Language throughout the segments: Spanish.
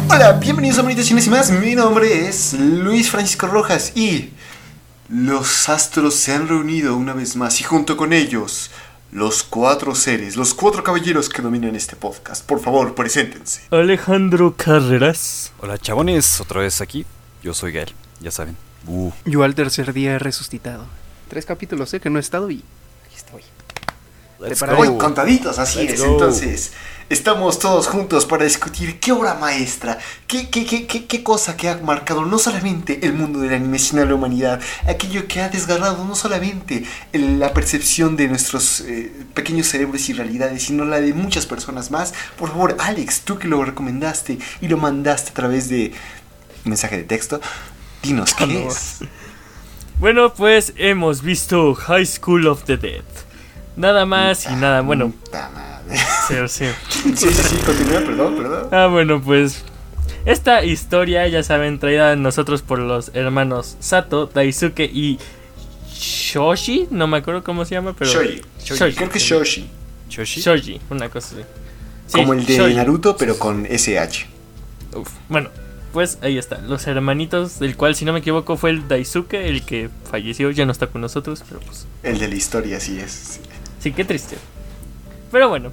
Hola, bienvenidos a Bonitas Chinas y más. Mi nombre es Luis Francisco Rojas y los astros se han reunido una vez más y junto con ellos los cuatro seres, los cuatro caballeros que dominan este podcast. Por favor, preséntense. Alejandro Carreras. Hola chabones, otra vez aquí. Yo soy Gael, ya saben. Yo al tercer día he resucitado. 3 capítulos que no he estado y aquí estoy. Hoy contaditos, así es. Entonces, estamos todos juntos para discutir qué obra maestra, qué cosa que ha marcado no solamente el mundo del anime, sino la humanidad. Aquello que ha desgarrado no solamente la percepción de nuestros pequeños cerebros y realidades, sino la de muchas personas más. Por favor, Alex, tú que lo recomendaste y lo mandaste a través de un mensaje de texto, dinos qué es. Bueno, pues hemos visto High School of the Dead. Nada más y nada, bueno. Sí. Sí, continúa, perdón. Bueno, pues esta historia, ya saben, traída a nosotros por los hermanos Sato, Daisuke y Shoshi. No me acuerdo cómo se llama, pero Shoji. Creo que es Shoshi. Shoji, una cosa así. Sí, como el de Shoji. Naruto, pero con SH. Bueno, pues ahí está, los hermanitos, del cual si no me equivoco fue el Daisuke, el que falleció, ya no está con nosotros, pero pues... El de la historia, sí es. Sí, qué triste. Pero bueno.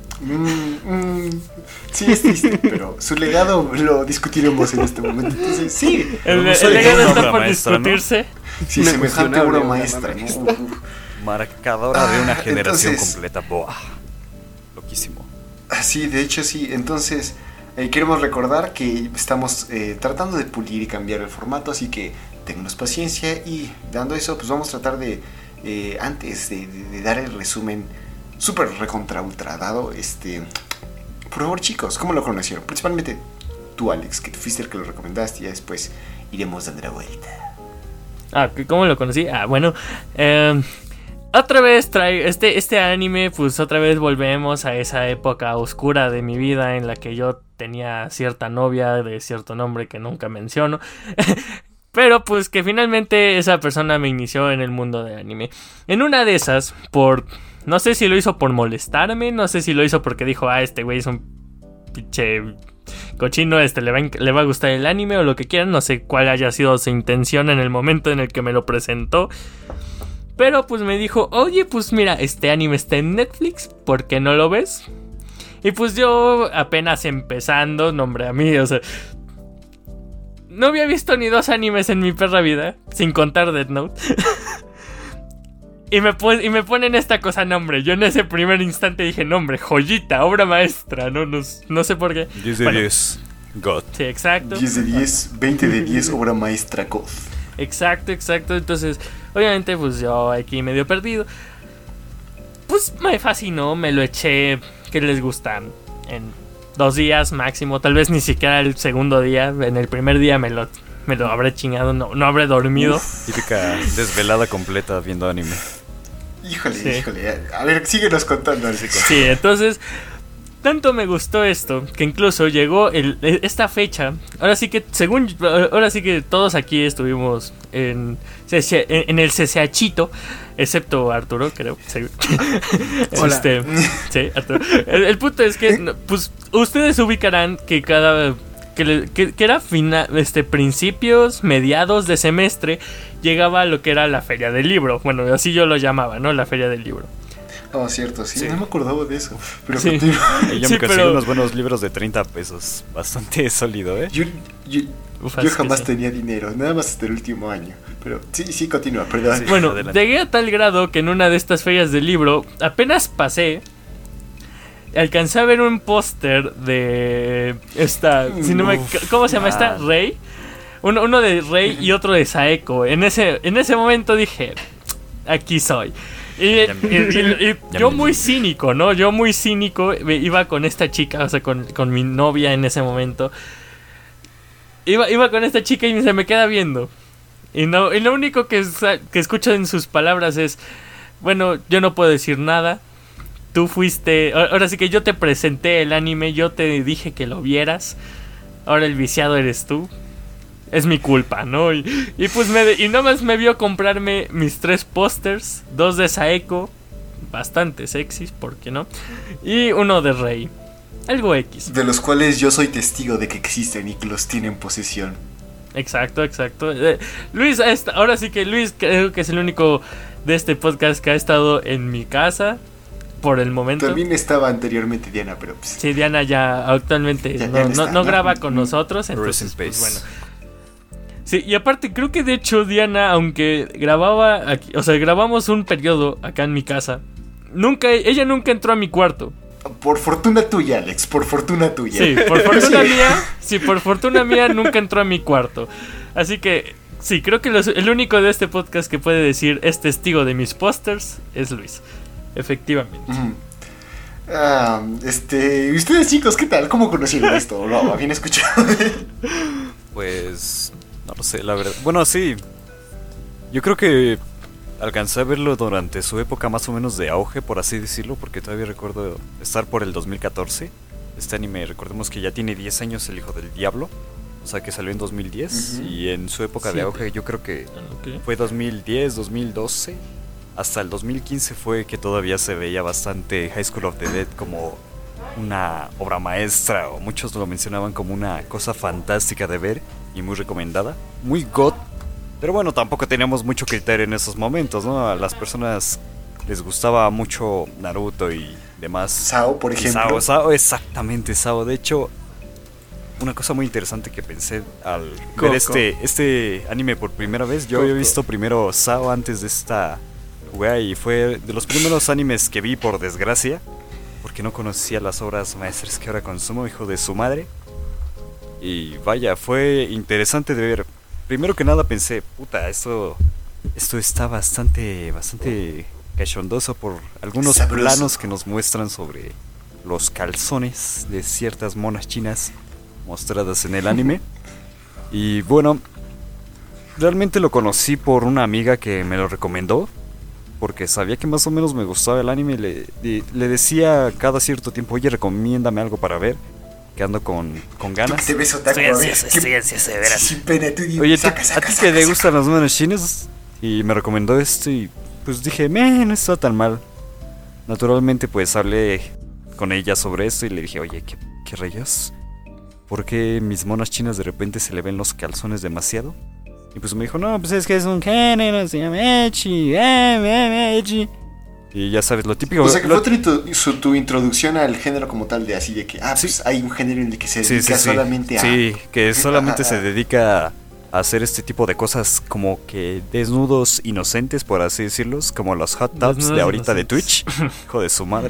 Sí, es triste, pero su legado lo discutiremos en este momento. Entonces, sí. El legado está por discutirse. ¿No? Sí, semejante obra maestra. Marcadora de una generación entonces, completa. Boah, loquísimo. Sí, de hecho sí. Entonces, queremos recordar que estamos tratando de pulir y cambiar el formato, así que ténganos paciencia y dando eso, pues vamos a tratar de antes de dar el resumen súper recontra ultra dado, por favor chicos, ¿cómo lo conocieron? Principalmente tú, Alex, que fuiste el que lo recomendaste y ya después iremos dando la vuelta. ¿Cómo lo conocí? Bueno, otra vez traigo este anime, pues otra vez volvemos a esa época oscura de mi vida en la que yo tenía cierta novia de cierto nombre que nunca menciono. Pero pues que finalmente esa persona me inició en el mundo del anime. En una de esas, no sé si lo hizo por molestarme, no sé si lo hizo porque dijo, este güey es un pinche cochino, le va a gustar el anime o lo que quieran, no sé cuál haya sido su intención en el momento en el que me lo presentó. Pero pues me dijo, oye, pues mira, este anime está en Netflix, ¿por qué no lo ves? Y pues yo apenas empezando, nombre a mí, o sea... No había visto ni 2 animes en mi perra vida, sin contar Death Note. y me ponen esta cosa, nombre. Yo en ese primer instante dije, nombre, joyita, obra maestra. No sé por qué. 10 de 10, God. Sí, exacto. 10 de 10, 20 de 10, obra maestra, God. Exacto. Entonces, obviamente, pues yo aquí medio perdido. Pues me fascinó, me lo eché. ¿Qué les gusta? En 2 días máximo, tal vez ni siquiera el segundo día. En el primer día me lo habré chingado, no habré dormido. Típica desvelada completa viendo anime. Híjole. A ver, síguenos contando. Sí, entonces, tanto me gustó esto que incluso llegó esta fecha. Ahora sí que todos aquí estuvimos en el CCHito, excepto Arturo, creo. Hola. Sí, Arturo. El punto es que pues ustedes ubicarán que que era principios, mediados de semestre, llegaba lo que era la feria del libro. Bueno, así yo lo llamaba, ¿no? La feria del libro. Oh, cierto, sí. No me acordaba de eso. Pero sí. Yo me conseguí unos buenos libros de 30 pesos. Bastante sólido, ¿eh? Yo jamás tenía dinero, nada más hasta el último año. Pero sí, continúa, perdón. Sí, bueno, adelante. Llegué a tal grado que en una de estas ferias del libro, apenas pasé, alcancé a ver un póster de esta... ¿Cómo se llama esta? Rei. Uno de Rei y otro de Saeko. En ese momento dije, aquí soy. Y yo muy cínico, ¿no? Yo muy cínico iba con esta chica, o sea, con mi novia en ese momento. Iba con esta chica y se me queda viendo. Y lo único que escucho en sus palabras es, bueno, yo no puedo decir nada. Tú fuiste... Ahora sí que yo te presenté el anime, yo te dije que lo vieras. Ahora el viciado eres tú. Es mi culpa, ¿no? Y pues nomás me vio comprarme mis 3 pósters, 2 de Saeko, bastante sexys, ¿por qué no? Y uno de Rei. algo X. De los cuales yo soy testigo de que existen y que los tienen en posesión. Exacto. Luis, ahora sí que Luis creo que es el único de este podcast que ha estado en mi casa por el momento. También estaba anteriormente Diana, pero pues... Sí, Diana ya actualmente no graba con nosotros, entonces pues bueno. Sí, y aparte creo que de hecho Diana, aunque grababa aquí, o sea, grabamos un periodo acá en mi casa, ella nunca entró a mi cuarto. Por fortuna tuya, Alex, por fortuna tuya. Sí, por fortuna mía, por fortuna mía nunca entró a mi cuarto. Así que sí, creo que el único de este podcast que puede decir es testigo de mis pósters es Luis. Efectivamente. Ustedes chicos, ¿qué tal? ¿Cómo conocieron esto? ¿Lo habían escuchado? Pues no lo sé, la verdad. Bueno, sí. Yo creo que alcancé a verlo durante su época más o menos de auge, por así decirlo, porque todavía recuerdo estar por el 2014. Este anime, recordemos que ya tiene 10 años, El Hijo del Diablo. O sea, que salió en 2010. Y en su época de auge yo creo que fue 2010, 2012. Hasta el 2015 fue que todavía se veía bastante High School of the Dead como una obra maestra, o muchos lo mencionaban como una cosa fantástica de ver y muy recomendada. Muy god. Pero bueno, tampoco teníamos mucho criterio en esos momentos, ¿no? A las personas les gustaba mucho Naruto y demás. Sao, por ejemplo. Sao, exactamente, Sao. De hecho, una cosa muy interesante que pensé al ver este anime por primera vez. Yo había visto primero Sao antes de esta wea y fue de los primeros animes que vi, por desgracia, porque no conocía las obras maestras que ahora consumo, hijo de su madre. Y vaya, fue interesante de ver. Primero que nada pensé, puta, esto está bastante cachondoso por algunos planos que nos muestran sobre los calzones de ciertas monas chinas mostradas en el anime. Y bueno, realmente lo conocí por una amiga que me lo recomendó, porque sabía que más o menos me gustaba el anime. Le decía cada cierto tiempo, oye, recomiéndame algo para ver, que ando con ganas. Te ves otaku, estoy ansioso de veras. Sin pena, tú oye, ¿a ti que te gustan las monas chinas? Y me recomendó esto y pues dije, no está tan mal. Naturalmente pues hablé con ella sobre esto y le dije, oye, ¿qué rayos? ¿Por qué mis monas chinas de repente se le ven los calzones demasiado? Y pues me dijo, no, pues es que es un género, se llama ecchi, ecchi. Y ya sabes, lo típico. O sea, que fue tu introducción al género como tal, de así de que, pues hay un género en el que se dedica solamente a... Sí, que solamente se dedica a hacer este tipo de cosas como que desnudos inocentes, por así decirlos, como los hot tubs de ahorita de Twitch. Hijo de su madre.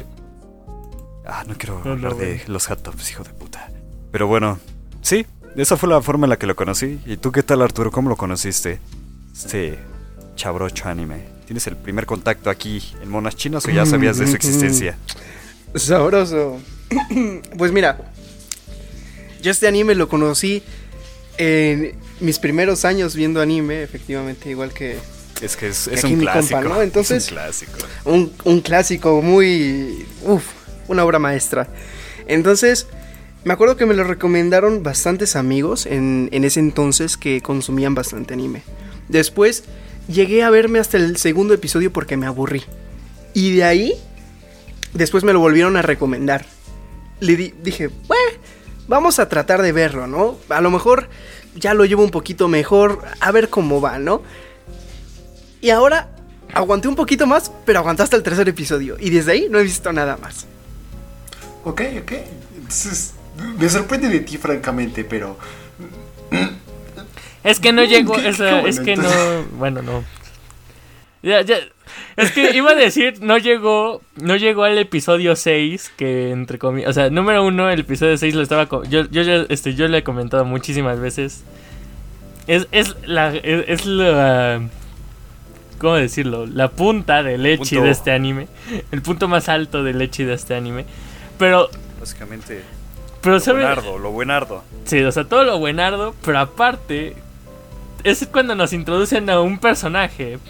No quiero hablar de los hot tubs, hijo de puta. Pero bueno, sí, esa fue la forma en la que lo conocí. ¿Y tú qué tal, Arturo? ¿Cómo lo conociste? Este chabrocho anime. ¿Tienes el primer contacto aquí en monas chinas o ya sabías de su existencia? Sabroso. Pues mira, yo este anime lo conocí en mis primeros años viendo anime, efectivamente, igual que... Es que es un clásico, compa, ¿no? Entonces, es un clásico. Un clásico muy... una obra maestra. Entonces, me acuerdo que me lo recomendaron bastantes amigos en ese entonces que consumían bastante anime. Después llegué a verme hasta el segundo episodio porque me aburrí. Y de ahí, después me lo volvieron a recomendar. Dije, vamos a tratar de verlo, ¿no? A lo mejor ya lo llevo un poquito mejor, a ver cómo va, ¿no? Y ahora aguanté un poquito más, pero aguanté hasta el tercer episodio. Y desde ahí no he visto nada más. Ok. Entonces, me sorprende de ti, francamente, pero... Es que no llegó, es que no, bueno, no. Ya, es que iba a decir, no llegó al episodio 6, que entre comillas, o sea, número 1, el episodio 6 lo estaba, yo le he comentado muchísimas veces. Es la, ¿cómo decirlo? La punta del ecchi de este anime, el punto más alto del ecchi de este anime, pero básicamente lo buenardo. Sí, o sea, todo lo buenardo, pero aparte es cuando nos introducen a un personaje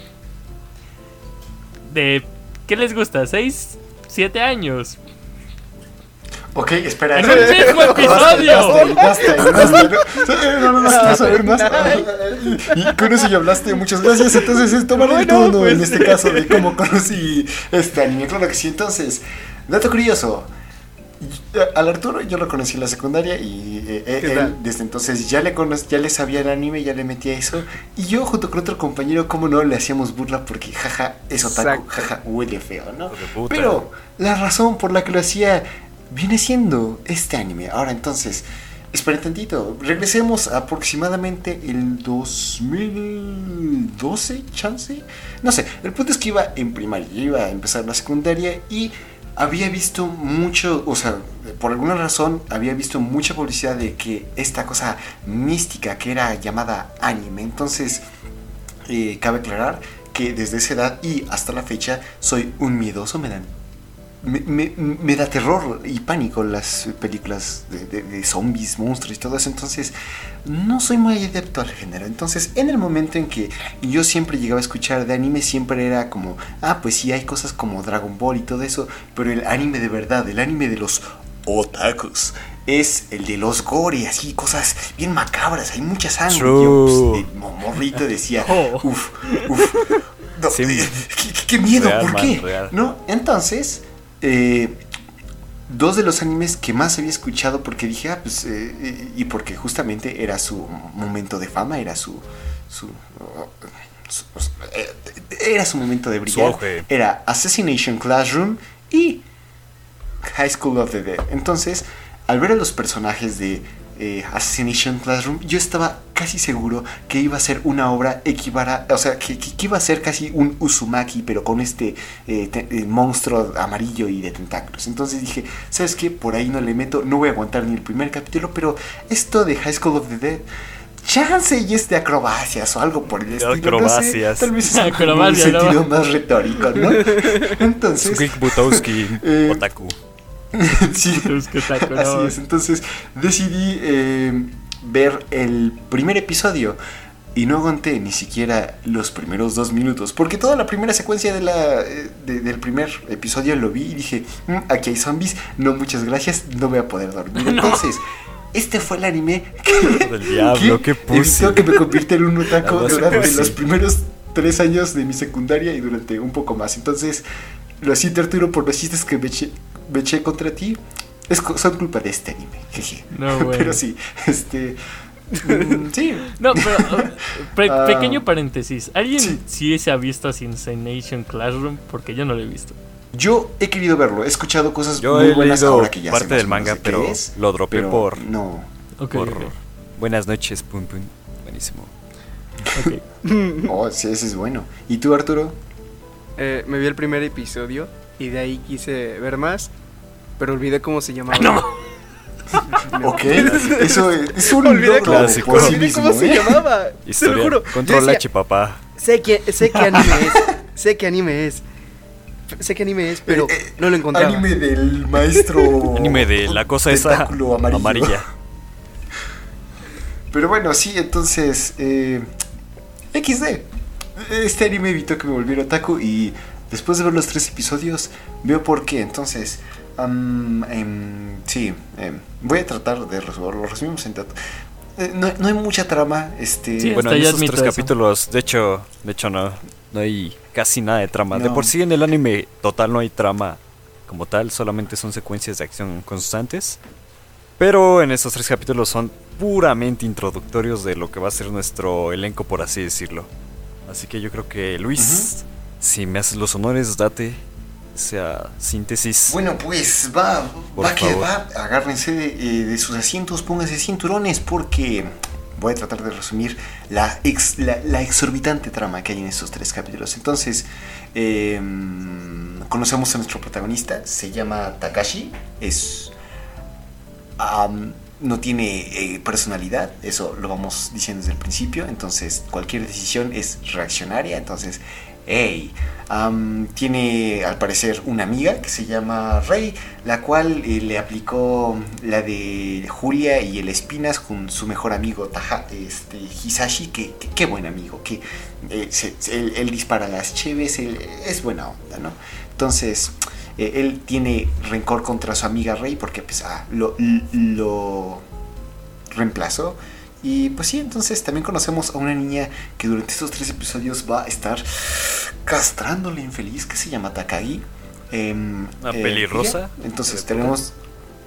de... ¿Qué les gusta? ¿6? ¿7 años? Ok, espera. ¡En un mismo episodio! Basta. No vas a saber más. Y con eso ya hablaste, muchas gracias. Entonces, tomaré el turno en este caso de cómo conocí este anime. Claro que sí. Entonces, dato curioso. Al Arturo yo lo conocí en la secundaria y él desde entonces ya le sabía el anime, ya le metía eso. Y yo junto con otro compañero, como no, le hacíamos burla porque jaja, es otaku, jaja, huele feo, ¿no? Pero la razón por la que lo hacía viene siendo este anime. Ahora entonces, esperen tantito, regresemos aproximadamente el 2012, chance. No sé, el punto es que iba en primaria, iba a empezar la secundaria y había visto mucho, o sea, por alguna razón había visto mucha publicidad de que esta cosa mística que era llamada anime. Entonces, cabe aclarar que desde esa edad y hasta la fecha soy un miedoso, me da terror y pánico las películas de zombies, monstruos y todo eso. Entonces no soy muy adepto al género. Entonces en el momento en que yo siempre llegaba a escuchar de anime, siempre era como, pues sí, hay cosas como Dragon Ball y todo eso, pero el anime de verdad, el anime de los otakus, es el de los gore, así, cosas bien macabras, hay mucha sangre. Yo, pues, morrito decía, uff, no, sí, qué miedo, real, ¿por qué? Man, ¿no? Entonces, dos de los animes que más había escuchado, porque dije, y porque justamente era su momento de fama, era era su momento de brillar, era Assassination Classroom y High School of the Dead. Entonces, al ver a los personajes de Assassination Classroom, yo estaba casi seguro que iba a ser una obra o sea, que iba a ser casi un Uzumaki, pero con este monstruo amarillo y de tentáculos. Entonces dije, ¿sabes qué? Por ahí no le meto, no voy a aguantar ni el primer capítulo, pero esto de High School of the Dead, chance y es de acrobacias o algo por el estilo. Acrobacias. No sé, tal vez es un sentido más retórico, ¿no? Entonces, Sukik Butowski, otaku. Sí, así es. Entonces decidí ver el primer episodio y no aguanté ni siquiera los primeros 2 minutos, porque toda la primera secuencia del primer episodio lo vi y dije, aquí hay zombies, no, muchas gracias, no voy a poder dormir. Entonces, este fue el anime que evitó que me convirtiera en un otaku durante los primeros 3 años de mi secundaria y durante un poco más. Entonces, lo siento, Arturo, por los chistes que me eché contra ti. Son culpa de este anime. Jeje. No, bueno. Pero sí, sí. No, pero pequeño paréntesis. ¿Alguien sí se ha visto Assassination Classroom? Porque yo no lo he visto. Yo he querido verlo, he escuchado cosas muy buenas ahora que ya parte del manga, pero lo dropé por no. Okay. Buenas noches, pum pum. Buenísimo. Okay. Sí, ese es bueno. ¿Y tú, Arturo? Me vi el primer episodio y de ahí quise ver más, pero olvidé cómo se llamaba. No. Ok, eso es un logro clásico. Olvidé cómo se llamaba. Historia. Te lo juro. Controla H, papá. Sé qué anime es. Sé qué anime es, pero no lo encontraba. Anime del maestro. Anime de la cosa esa amarilla. Pero bueno, sí, entonces XD. Este anime evitó que me volviera otaku y después de ver los 3 episodios veo por qué. Entonces, voy a tratar de resolverlo. Lo resumimos en tanto. No hay mucha trama. Sí, bueno, en esos 3 capítulos, de hecho no hay casi nada de trama. No. De por sí en el anime total no hay trama como tal, solamente son secuencias de acción constantes. Pero en esos 3 capítulos son puramente introductorios de lo que va a ser nuestro elenco, por así decirlo. Así que yo creo que Luis, si me haces los honores, date esa síntesis. Bueno, pues va, agárrense de sus asientos, pónganse cinturones, porque voy a tratar de resumir la exorbitante trama que hay en estos 3 capítulos. Entonces, conocemos a nuestro protagonista, se llama Takashi, no tiene personalidad, eso lo vamos diciendo desde el principio. Entonces cualquier decisión es reaccionaria. Entonces, tiene al parecer una amiga que se llama Rei, la cual le aplicó la de Julia y el Espinas con su mejor amigo Hisashi, que qué buen amigo, que él dispara las cheves, es buena onda, ¿no? Entonces él tiene rencor contra su amiga Rei porque pues, lo reemplazó. Y pues sí, entonces también conocemos a una niña que durante estos 3 episodios va a estar castrando a la infeliz, que se llama Takagi. Una pelirrosa. Entonces tenemos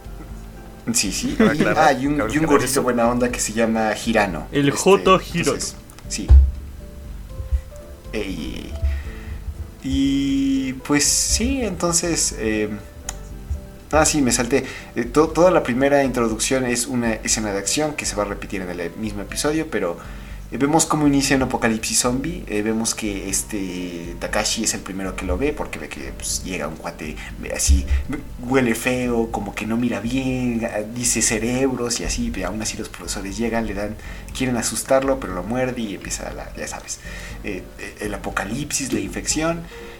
Sí. Claro, Y un gordito buena onda que se llama Hirano. El Joto Hirano. Sí. Y pues sí, entonces... sí, me salté. Toda la primera introducción es una escena de acción que se va a repetir en el mismo episodio, pero vemos cómo inicia un apocalipsis zombie. Vemos que Takashi es el primero que lo ve, porque ve que pues, llega un cuate así, huele feo, como que no mira bien, dice cerebros y así, pero aún así los profesores llegan, quieren asustarlo, pero lo muerde y empieza ya sabes, el apocalipsis, la infección.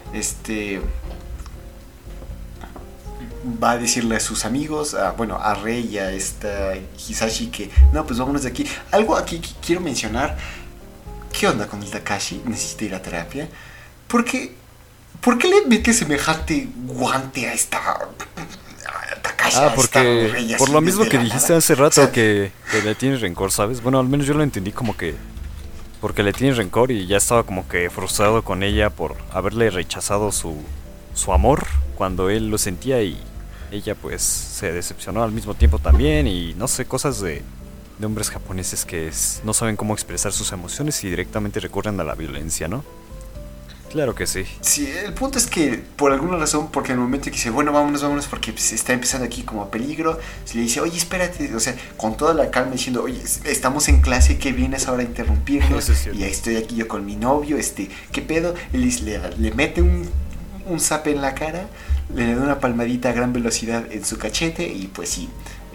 Va a decirle a sus amigos, a Rei y a esta Hisashi que no, pues vámonos de aquí. Algo aquí que quiero mencionar. ¿Qué onda con el Takashi? ¿Necesita ir a terapia? ¿Por qué le mete semejante guante a esta Takashi? Porque por lo mismo que dijiste hace rato, o sea, que le tienes rencor, ¿sabes? Bueno, al menos yo lo entendí como que porque le tienes rencor y ya estaba como que frustrado con ella por haberle rechazado su amor cuando él lo sentía, y ella pues se decepcionó al mismo tiempo también, y no sé, cosas de hombres japoneses que no saben cómo expresar sus emociones y directamente recurren a la violencia, ¿no? Claro que sí. Sí, el punto es que por alguna razón, porque en el momento que dice, bueno, vámonos, porque pues, está empezando aquí como peligro, se le dice, oye, espérate, o sea, con toda la calma diciendo, oye, estamos en clase, ¿qué vienes ahora a interrumpirnos? Y ahí estoy aquí yo con mi novio, ¿qué pedo? Él le mete un zape en la cara, le da una palmadita a gran velocidad en su cachete y pues sí,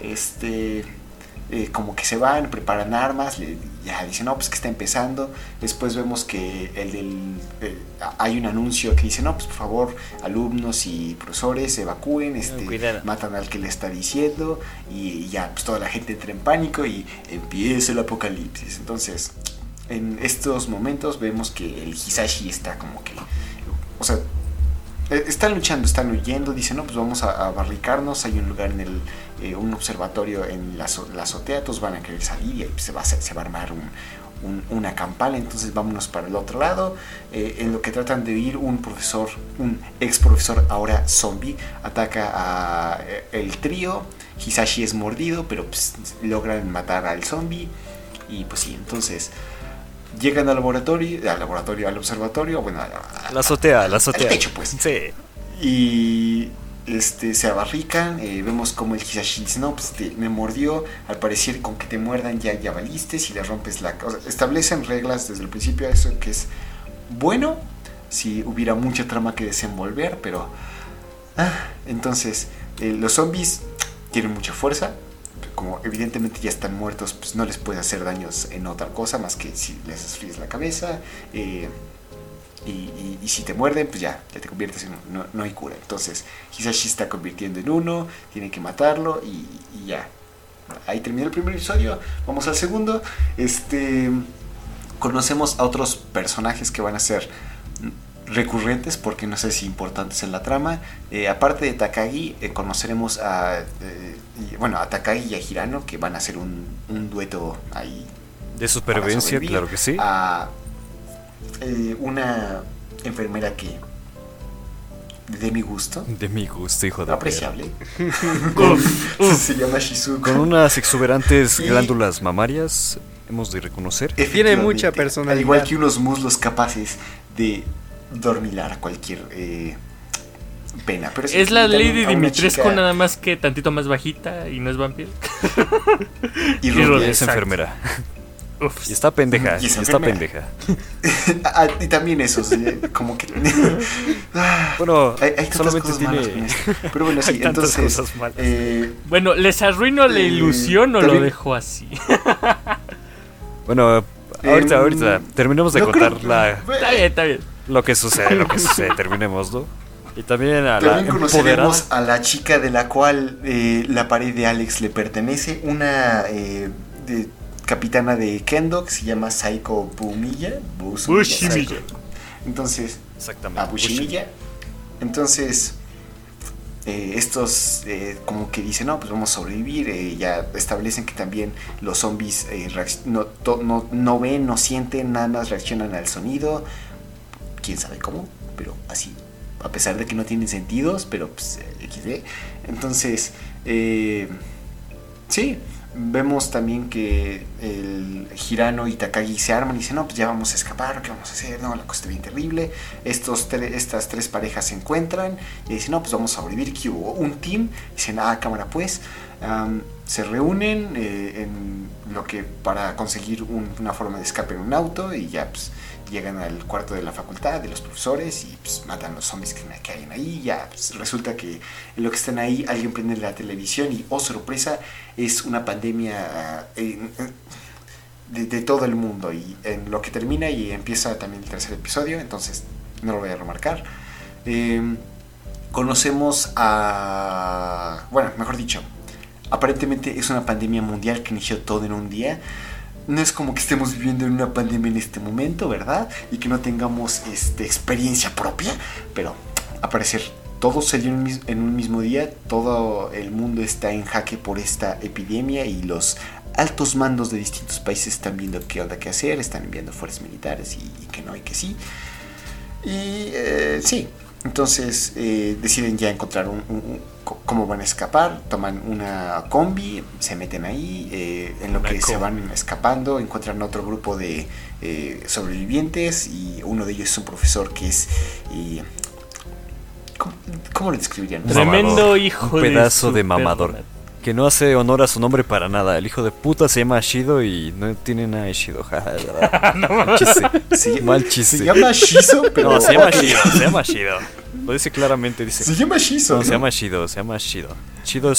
como que se van, preparan armas, ya dicen, no, pues que está empezando. Después vemos que hay un anuncio que dice, no, pues por favor, alumnos y profesores evacúen, matan al que le está diciendo, y ya, pues toda la gente entra en pánico y empieza el apocalipsis. Entonces, en estos momentos vemos que el Hisashi está como que, o sea, están luchando, están huyendo, dicen, no, pues vamos a barricarnos, hay un lugar en un observatorio en la azotea, todos van a querer salir y ahí se va a armar una campana, entonces vámonos para el otro lado. En lo que tratan de huir, un ex profesor ahora zombie ataca a el trío. Hisashi es mordido, pero pues logran matar al zombie y pues sí, entonces llegan al observatorio, bueno, la azotea. Al techo, pues. Sí. Y se abarrican, vemos como el Hisashi dice, no, pues me mordió, al parecer con que te muerdan ya valiste, si le rompes o sea, establecen reglas desde el principio, eso que es bueno, si hubiera mucha trama que desenvolver, pero entonces, los zombies tienen mucha fuerza. Como evidentemente ya están muertos, pues no les puede hacer daños en otra cosa más que si les fríes la cabeza, y si te muerden, pues ya te conviertes en uno, no hay cura. Entonces Hisashi está convirtiendo en uno, tiene que matarlo y ya. Ahí termina el primer episodio. Vamos al segundo. Conocemos a otros personajes que van a ser recurrentes, porque no sé si importantes en la trama. Aparte de Takagi, conoceremos a Takagi y a Hirano, que van a hacer un dueto ahí de supervivencia, claro que sí. A una enfermera que de mi gusto, hijo de apreciable, se llama Shizuko, con unas exuberantes glándulas mamarias, hemos de reconocer. Tiene mucha personalidad, al igual que unos muslos capaces de dormilar a cualquier pena. Pero es la Lady Dimitrescu, nada más que tantito más bajita y no es vampiro. Y es enfermera. Uf. Y está pendeja. Y también eso, como que bueno, hay solamente tiene. Pero bueno, sí, entonces bueno, ¿les arruino la ilusión o lo dejo así? Bueno, ahorita terminemos de contar Está bien. Lo que sucede, terminemos, ¿no? Y también conoceremos a la chica de la cual la pared de Alex le pertenece, una capitana de Kendo que se llama Saiko Bushimiya. Entonces, exactamente. Bushimiya. Entonces, estos como que dicen, no, pues vamos a sobrevivir. Ya establecen que también los zombies no ven, no sienten, nada más reaccionan al sonido. Quién sabe cómo, pero así, a pesar de que no tienen sentidos, pero pues XD. Entonces Sí, vemos también que el Hirano y Takagi se arman y dicen, no, pues ya vamos a escapar, ¿qué vamos a hacer? No, la cosa está bien terrible. Estas tres parejas se encuentran y dicen, no, pues vamos a sobrevivir, que hubo un team. Dicen, cámara pues. Se reúnen para conseguir una forma de escape en un auto y ya pues llegan al cuarto de la facultad de los profesores y pues matan a los zombies que hay ahí. Ya pues, resulta que en lo que están ahí alguien prende la televisión y oh sorpresa, es una pandemia de todo el mundo, y en lo que termina y empieza también el tercer episodio, entonces no lo voy a remarcar. Conocemos mejor dicho, aparentemente es una pandemia mundial que inició todo en un día. No es como que estemos viviendo en una pandemia en este momento, ¿verdad? Y que no tengamos experiencia propia, pero al parecer todo se dio en un mismo día. Todo el mundo está en jaque por esta epidemia y los altos mandos de distintos países están viendo qué onda que hacer, están enviando fuerzas militares y que no y que sí. Y sí, entonces deciden ya encontrar cómo van a escapar. Toman una combi, se meten ahí, en lo que se van escapando encuentran otro grupo de sobrevivientes, y uno de ellos es un profesor que es ¿cómo lo describirían? Tremendo hijo un pedazo de mamador que no hace honor a su nombre para nada. El hijo de puta se llama Shido y no tiene nada de Shido. Mal chiste. Se llama Shizo, pero no, se llama Shido. Lo dice claramente, dice. Se llama Shizo. No, se llama Shido. Shido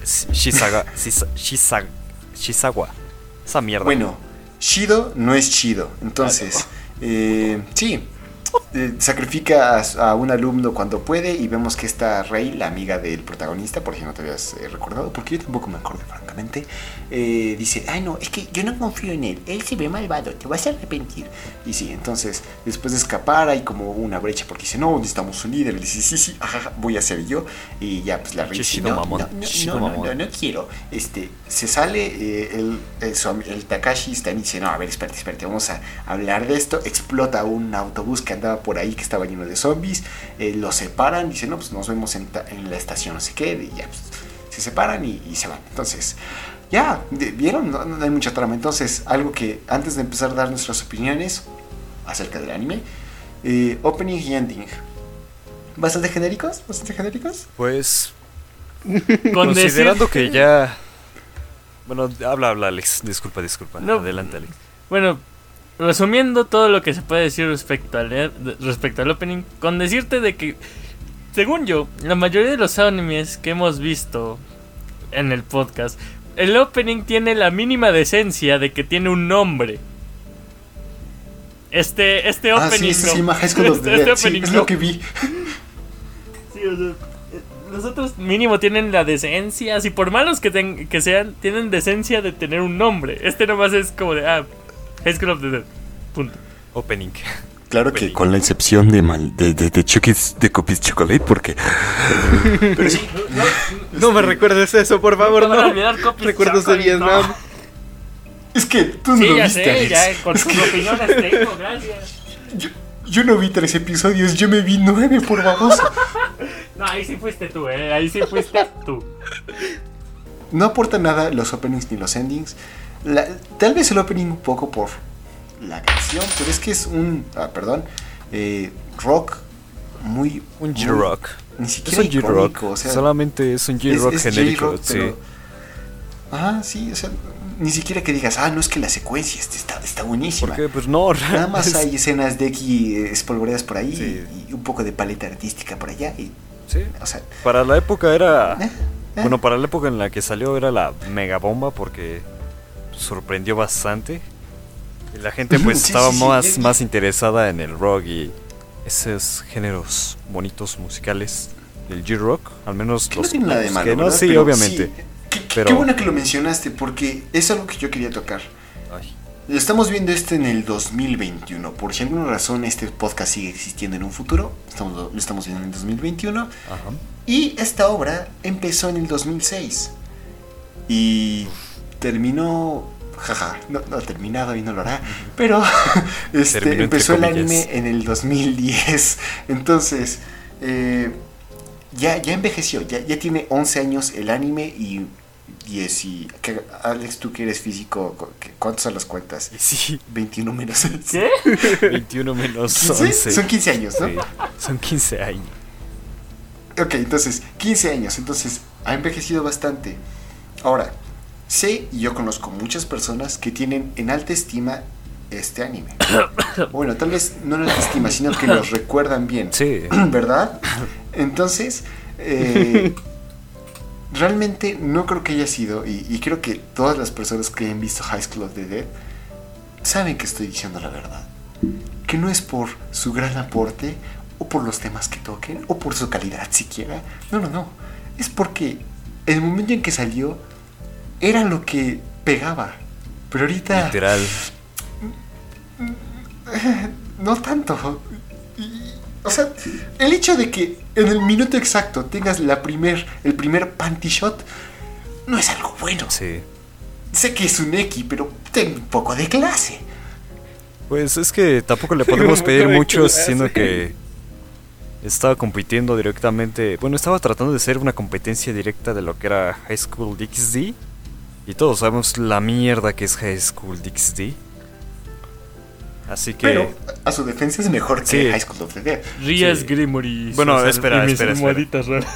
Shizawa. Esa mierda. Bueno, Shido no es chido. Entonces, sí. Sacrifica a un alumno cuando puede, y vemos que esta Rei, la amiga del protagonista, por si no te habías recordado, porque yo tampoco me acuerdo francamente, dice, ay no, es que yo no confío en él se ve malvado, te vas a arrepentir. Y sí, entonces después de escapar hay como una brecha porque dice, no, necesitamos un líder. Y dice, sí, ajá, voy a ser yo. Y ya pues la Rei dice, no quiero. Se sale, el Takashi está y dice, no, a ver, espérate, vamos a hablar de esto. Explota un autobús que andaba por ahí que estaba lleno de zombies, lo separan, dicen, no, pues nos vemos en la estación, no sé qué, y ya pues, se separan y se van. Entonces, ya, ¿vieron? No hay mucha trama. Entonces, algo que antes de empezar a dar nuestras opiniones acerca del anime, opening y ending, ¿bastante genéricos? Pues, considerando que ya... Bueno, habla, Alex, disculpa. No. Adelante, Alex. Bueno, resumiendo todo lo que se puede decir respecto al opening, con decirte de que, según yo, la mayoría de los animes que hemos visto en el podcast, el opening tiene la mínima decencia de que tiene un nombre. Este opening sí, High School of the Dead, sí, es lo que vi. Sí, o sea, los otros mínimo tienen la decencia, si por malos que sean, tienen decencia de tener un nombre. Este nomás es como de, High School of the Dead. Punto. Opening. Claro que con la excepción de Chucky's de Copies Chocolate, porque... Pero sí, no me recuerdes eso, por favor, no. Recuerdos de Vietnam. Es que tú no lo viste, Alex. Ya con tus opiniones tengo, gracias. Yo no vi 3 episodios, yo me vi 9 por baboso. No, ahí sí fuiste tú, ahí sí fuiste tú. No aporta nada los openings ni los endings. Tal vez el opening un poco por la canción, pero es que es un rock muy... Un G-rock. Ni siquiera es un G-rock, o sea, solamente es un G-rock genérico, G-rock, sí. Pero, sí, o sea, ni siquiera que digas, no, es que la secuencia está buenísima. Porque pues no, nada más hay escenas de X espolvoreadas por ahí, sí, y un poco de paleta artística por allá. Y, sí, o sea, para la época era... Bueno, para la época en la que salió era la mega bomba, porque sorprendió bastante. Y la gente pues estaba más interesada en el rock y esos géneros bonitos musicales del G-rock, al menos los no tiene nada de malo, que no, sí, pero obviamente. Sí, qué bueno que lo mencionaste, porque es algo que yo quería tocar. Estamos viendo esto en el 2021. Por si alguna razón este podcast sigue existiendo en un futuro, lo estamos viendo en el 2021. Ajá. Y esta obra empezó en el 2006 y terminó, no ha terminado y no lo hará, pero empezó el anime en el 2010. Entonces ya envejeció, ya tiene 11 años el anime, y 10 y... Alex, tú que eres físico, ¿cuántos son las cuentas? Sí. 21 menos... ¿Qué? 21 menos 15? 11. Son 15 años, ¿no? Sí, son 15 años. Ok, entonces, 15 años, entonces ha envejecido bastante. Ahora, sé y yo conozco muchas personas que tienen en alta estima este anime. Bueno, tal vez no en alta estima, sino que los recuerdan bien. Sí. ¿Verdad? Entonces, realmente no creo que haya sido, y creo que todas las personas que hayan visto High School of the Dead saben que estoy diciendo la verdad. Que no es por su gran aporte, o por los temas que toquen, o por su calidad siquiera. No. Es porque el momento en que salió era lo que pegaba. Pero ahorita... Literal. No tanto. O sea, el hecho de que en el minuto exacto tengas el primer panty shot no es algo bueno. Sí. Sé que es un X, pero ten un poco de clase. Pues es que tampoco le podemos pedir mucho, siendo que estaba compitiendo directamente. Bueno, estaba tratando de ser una competencia directa de lo que era High School DxD. Y todos sabemos la mierda que es High School DxD. Así que... Pero a su defensa es mejor que Sí. High School of the Dead. Rías Sí. Grimory. Bueno, César, espera, y mis espera. almohaditas raras.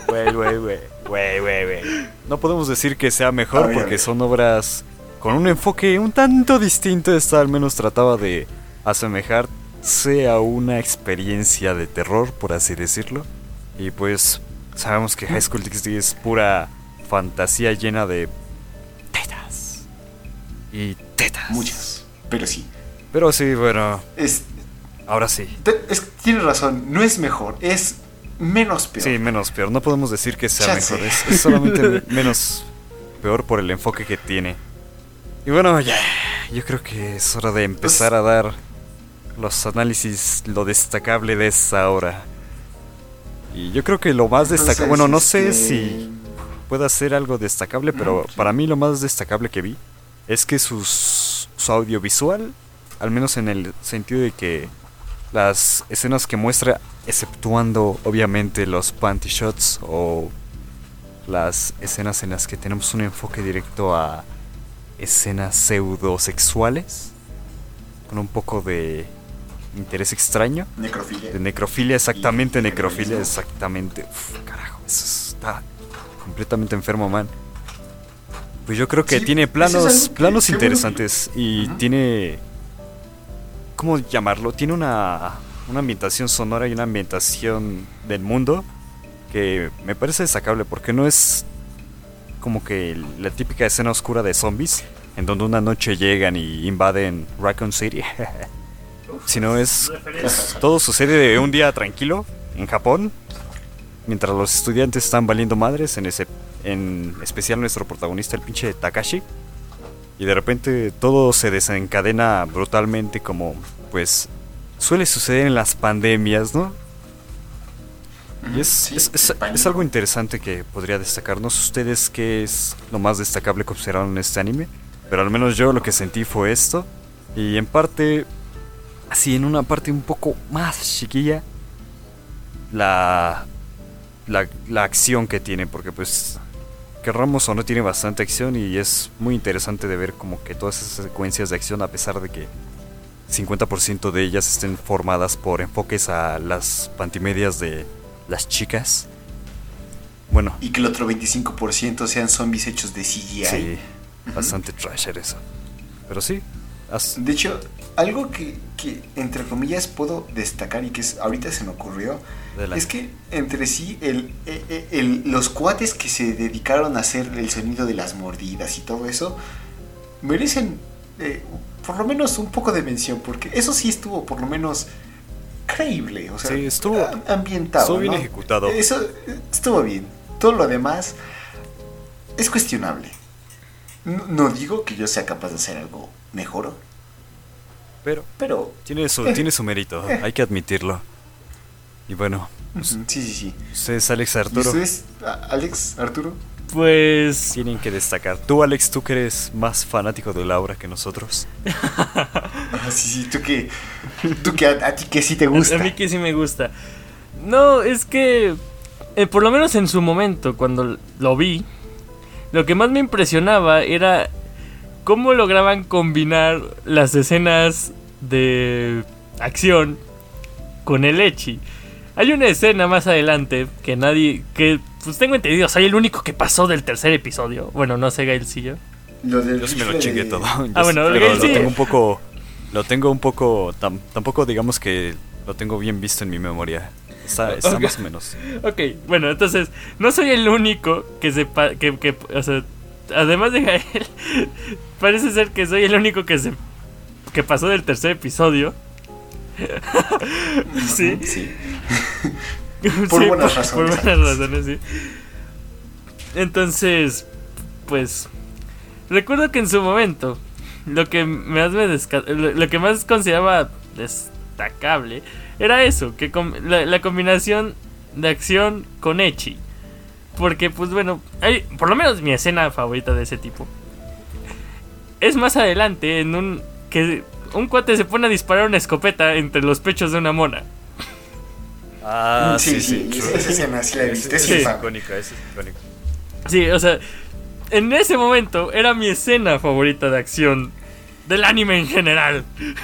Güey. No podemos decir que sea mejor A ver. porque son obras con un enfoque un tanto distinto. Esta al menos trataba de asemejarse a una experiencia de terror, por así decirlo. Y pues sabemos que High School DxD es pura fantasía llena de tetas. Y tetas. Muchas, pero sí. Pero sí, bueno, Es, ahora sí. tienes razón, no es mejor, es menos peor. Sí, menos peor. No podemos decir que sea Chance. mejor. Es solamente menos peor por el enfoque que tiene. Y bueno, ya. Yo creo que es hora de empezar a dar los análisis, lo destacable de esta obra. Y yo creo que lo más destacable... Bueno, no sé si pueda ser algo destacable, pero Sí. para mí lo más destacable que vi es que su audiovisual, al menos en el sentido de que las escenas que muestra, exceptuando obviamente los panty shots o las escenas en las que tenemos un enfoque directo a escenas pseudosexuales con un poco de interés extraño, Necrofilia. de necrofilia, exactamente, Y necrofilia, feminismo. exactamente. Uf, carajo, eso está completamente enfermo, man. Pues yo creo que Sí, tiene eso es planos algo que- planos que bueno interesantes y Ajá. tiene... ¿Cómo llamarlo? Tiene una ambientación sonora y una ambientación del mundo que me parece destacable porque no es como que la típica escena oscura de zombies en donde una noche llegan y invaden Raccoon City, sino todo sucede de un día tranquilo en Japón mientras los estudiantes están valiendo madres, en especial nuestro protagonista, el pinche Takashi. Y de repente todo se desencadena brutalmente, como pues suele suceder en las pandemias, ¿no? Y Sí, es pánico. algo interesante que podría destacarnos. Ustedes, ¿qué es lo más destacable que observaron en este anime? Pero al menos yo lo que sentí fue esto. Y en parte, así en una parte un poco más chiquilla, la acción que tiene, porque pues querramos o no tiene bastante acción y es muy interesante de ver como que todas esas secuencias de acción, a pesar de que 50% de ellas estén formadas por enfoques a las pantimedias de las chicas. Bueno, Y que el otro 25% sean zombies hechos de CGI. sí, bastante trasher eso. Pero sí, De hecho, algo que entre comillas puedo destacar y que ahorita se me ocurrió, adelante. es que entre sí los cuates que se dedicaron a hacer el sonido de las mordidas y todo eso merecen por lo menos un poco de mención, porque eso sí estuvo por lo menos creíble, o sea, Sí, estuvo ambientado, estuvo bien ¿no? ejecutado. Eso estuvo bien. Todo lo demás es cuestionable. No digo que yo sea capaz de hacer algo mejor, pero tiene su mérito, hay que admitirlo. Y bueno, sí. ustedes, Alex, ¿Y Arturo, ustedes, Alex, Arturo? Pues. tienen que destacar. Tú, Alex, tú que eres más fanático de la obra que nosotros. Sí, tú que a ti que sí te gusta. A mí que sí me gusta. No, es que por lo menos en su momento, cuando lo vi, lo que más me impresionaba era cómo lograban combinar las escenas de acción con el ecchi. Hay una escena más adelante que pues tengo entendido, soy el único que pasó del tercer episodio. Bueno, no sé, Gailcillo. Yo sí me lo chingué todo. Bueno, pero lo tengo un poco, tampoco digamos que lo tengo bien visto en mi memoria. Está Okay. más o menos. Ok, bueno, entonces, no soy el único que sepa, o sea, además de Gael, parece ser que soy el único que pasó del tercer episodio. Sí. Sí. Por buenas razones. Por buenas razones, sí. Entonces, pues, recuerdo que en su momento, lo que más consideraba destacable era eso, que la combinación de acción con ecchi. Porque, pues bueno, por lo menos mi escena favorita de ese tipo es más adelante que un cuate se pone a disparar una escopeta entre los pechos de una mona. Ah, sí. Esa escena sí la he visto. Ese es Sí. icónico. Sí, o sea, en ese momento era mi escena favorita de acción del anime en general.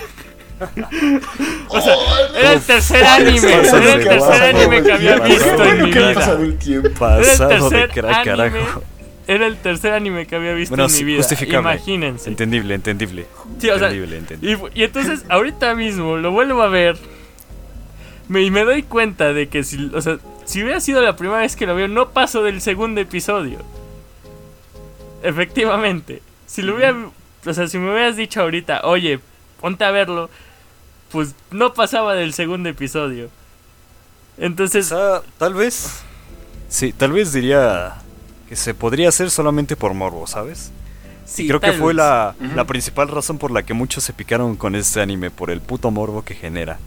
O sea, era el tercer anime que había visto en mi vida. Pasado de carajo. Era el tercer anime que había visto en mi vida. Justificable. Imagínense. Entendible. Sí, o sea, y entonces ahorita mismo lo vuelvo a ver y me doy cuenta de que si hubiera sido la primera vez que lo veo, no paso del segundo episodio. Efectivamente. Si me hubieras dicho ahorita, oye, ponte a verlo, pues no pasaba del segundo episodio. Entonces, tal vez diría que se podría hacer solamente por morbo, ¿sabes? sí, Y creo que fue vez. la principal razón por la que muchos se picaron con este anime, por el puto morbo que genera.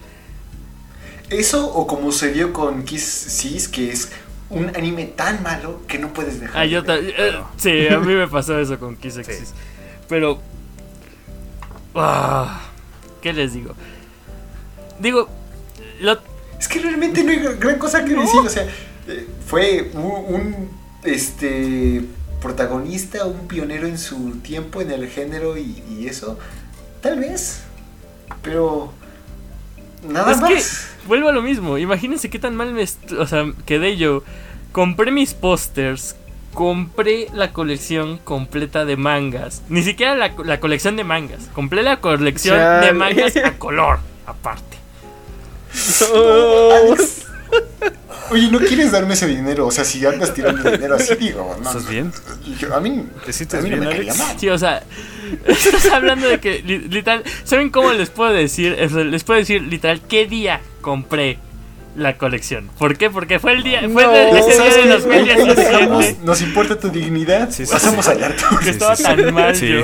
Eso o como se vio con Kiss Sis, que es un anime tan malo que no puedes dejar de ver. Sí, a mí me pasó eso con Kiss Exis. Pero ¿qué les digo? Es que realmente no hay gran cosa que decir. O sea, fue un protagonista, un pionero en su tiempo en el género y eso. Tal vez. Pero nada más. Que vuelvo a lo mismo. Imagínense qué tan mal quedé yo. Compré mis pósters. Compré la colección completa de mangas. Ni siquiera la colección de mangas. Compré la colección de mangas a color, aparte. Alex, oye, ¿no quieres darme ese dinero? O sea, si andas tirando dinero así, digo, no. ¿Estás bien? A mí, ¿Te sientes a mí bien, no me Alex? caería mal. Sí, o sea, estás hablando de que literal, ¿saben cómo les puedo decir? Les puedo decir literal qué día compré la colección. ¿Por qué? Porque fue ese día de 2017. Nos importa tu dignidad. Sí, pasamos sí. allá, Arturo. Que estaba tan mal yo.